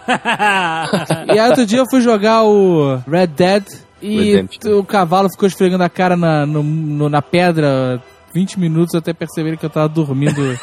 E aí outro dia eu fui jogar o Red Dead e Redemption. O cavalo ficou esfregando a cara na, no, no, na pedra... vinte minutos até perceber que eu tava dormindo.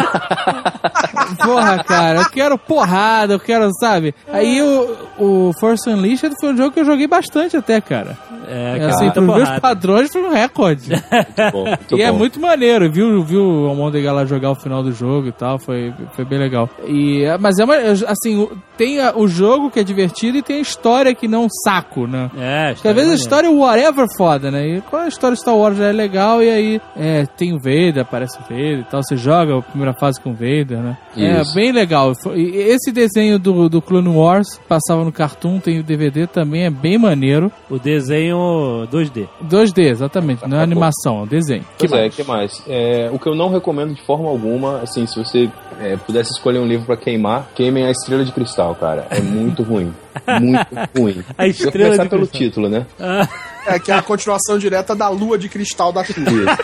Porra, cara, eu quero porrada, eu quero, sabe? Aí o, o Force Unleashed foi um jogo que eu joguei bastante até, cara. É, cara, assim, pros meus padrões foi um recorde. Muito bom, muito e bom. É muito maneiro, viu, viu o Almôndega lá jogar o final do jogo e tal, foi, foi bem legal. E, mas é uma, assim, tem a, o jogo que é divertido e tem a história que não saco, né? É, Porque às vezes a história é whatever foda, né? E qual a história de Star Wars já é legal e aí é, tem o Vader, aparece o Vader e tal, você joga a primeira fase com o Vader, né? Isso. É bem legal. E esse desenho do, do Clone Wars passava no Cartoon, tem o D V D também, é bem maneiro. O desenho dois D. dois D, exatamente, não é animação, é um desenho. Pois que é, o que mais? É, o que eu não recomendo de forma alguma, assim, se você é, pudesse escolher um livro pra queimar, queimem A Estrela de Cristal, cara. É muito ruim. Muito ruim. A Estrela de Cristal. pelo título, né? Ah. É, que é a continuação direta da Lua de Cristal da Xuxa.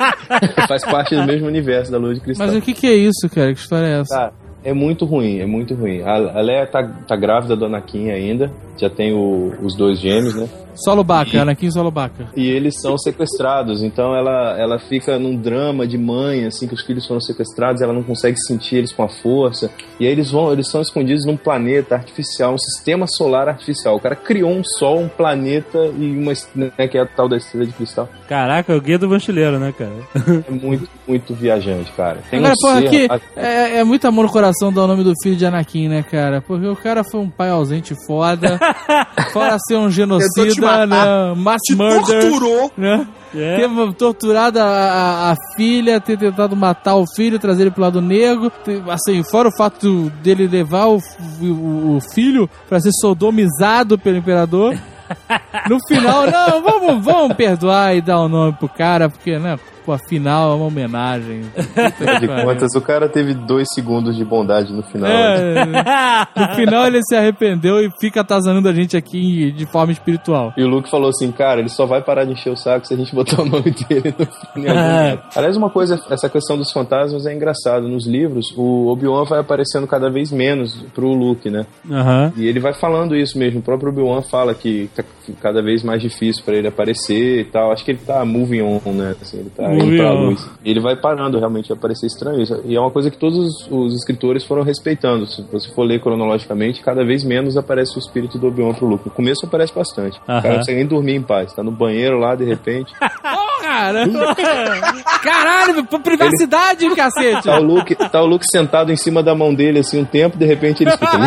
Faz parte do mesmo universo da Lua de Cristal. Mas o que, que é isso, cara? Que história é essa? Cara, é muito ruim, é muito ruim. A, a Leia tá, tá grávida do Anakin ainda, já tem o, os dois gêmeos, né? Solo Baca, e, Anakin e Solo Baca. E eles são sequestrados, então ela, ela fica num drama de mãe, assim, que os filhos foram sequestrados, ela não consegue sentir eles com a força. E aí eles vão, eles são escondidos num planeta artificial, um sistema solar artificial. O cara criou um sol, um planeta e uma, né, que é a tal da Estrela de Cristal. Caraca, é o guia do mochileiro, né, cara? É muito, muito viajante, cara. Tem Agora, um porra, ser, aqui a... é, é muito amor no coração dar o nome do filho de Anakin, né, cara? Porque o cara foi um pai ausente foda, fora ser um genocida, né? Mass te murder, torturou, né? É. Ter torturado a, a, a filha, ter tentado matar o filho, trazer ele pro lado negro, ter, assim, fora o fato dele levar o, o, o filho pra ser sodomizado pelo imperador. No final, não, vamos, vamos perdoar e dar o um nome pro cara, porque, né, pô, afinal é uma homenagem. Afinal de contas, o cara teve dois segundos de bondade no final. É, no final ele se arrependeu e fica atazanando a gente aqui de forma espiritual. E o Luke falou assim, cara, ele só vai parar de encher o saco se a gente botar o nome dele no final. Aliás, uma coisa, essa questão dos fantasmas é engraçado. Nos livros, o Obi-Wan vai aparecendo cada vez menos pro Luke, né? Uhum. E ele vai falando isso mesmo. O próprio Obi-Wan fala que tá cada vez mais difícil pra ele aparecer e tal. Acho que ele tá moving on, né? Assim, ele tá indo pra luz. E ele vai parando realmente a parecer estranho isso. E é uma coisa que todos os, os escritores foram respeitando. Se você for ler cronologicamente, cada vez menos aparece o espírito do Obi-Wan pro Luke. No começo aparece bastante. Uhum. O cara não consegue nem dormir em paz. Tá no banheiro lá, de repente. Porra! Caralho, privacidade, ele... cacete. Tá o, Luke, tá o Luke sentado em cima da mão dele, assim, um tempo, de repente ele escuta.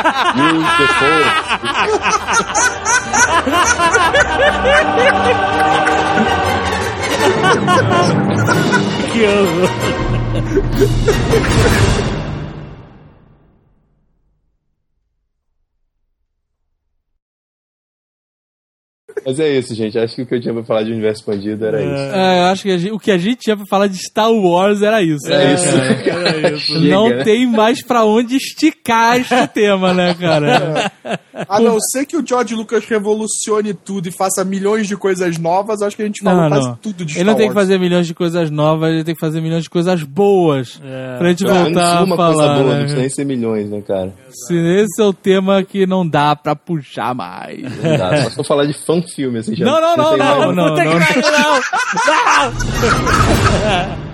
Que horror. Mas é isso, gente. Acho que o que eu tinha pra falar de universo expandido era isso. É, eu acho que a gente, o que a gente tinha pra falar de Star Wars era isso. É, né, isso. Cara? Era isso. Não Chega. Tem mais pra onde esticar este tema, né, cara? É. A não ser que o George Lucas revolucione tudo e faça milhões de coisas novas, acho que a gente falou não, quase não. tudo de Star Ele não tem Wars. que fazer milhões de coisas novas, ele tem que fazer milhões de coisas boas. É. Pra gente não, voltar não a uma falar. Coisa boa, né? não precisa nem ser milhões, né, cara? Se esse é o tema que não dá pra puxar mais. Não dá, só se eu falar de fã-filme, assim, já. Não, não, não, não, não, não, não, não, não, não, não.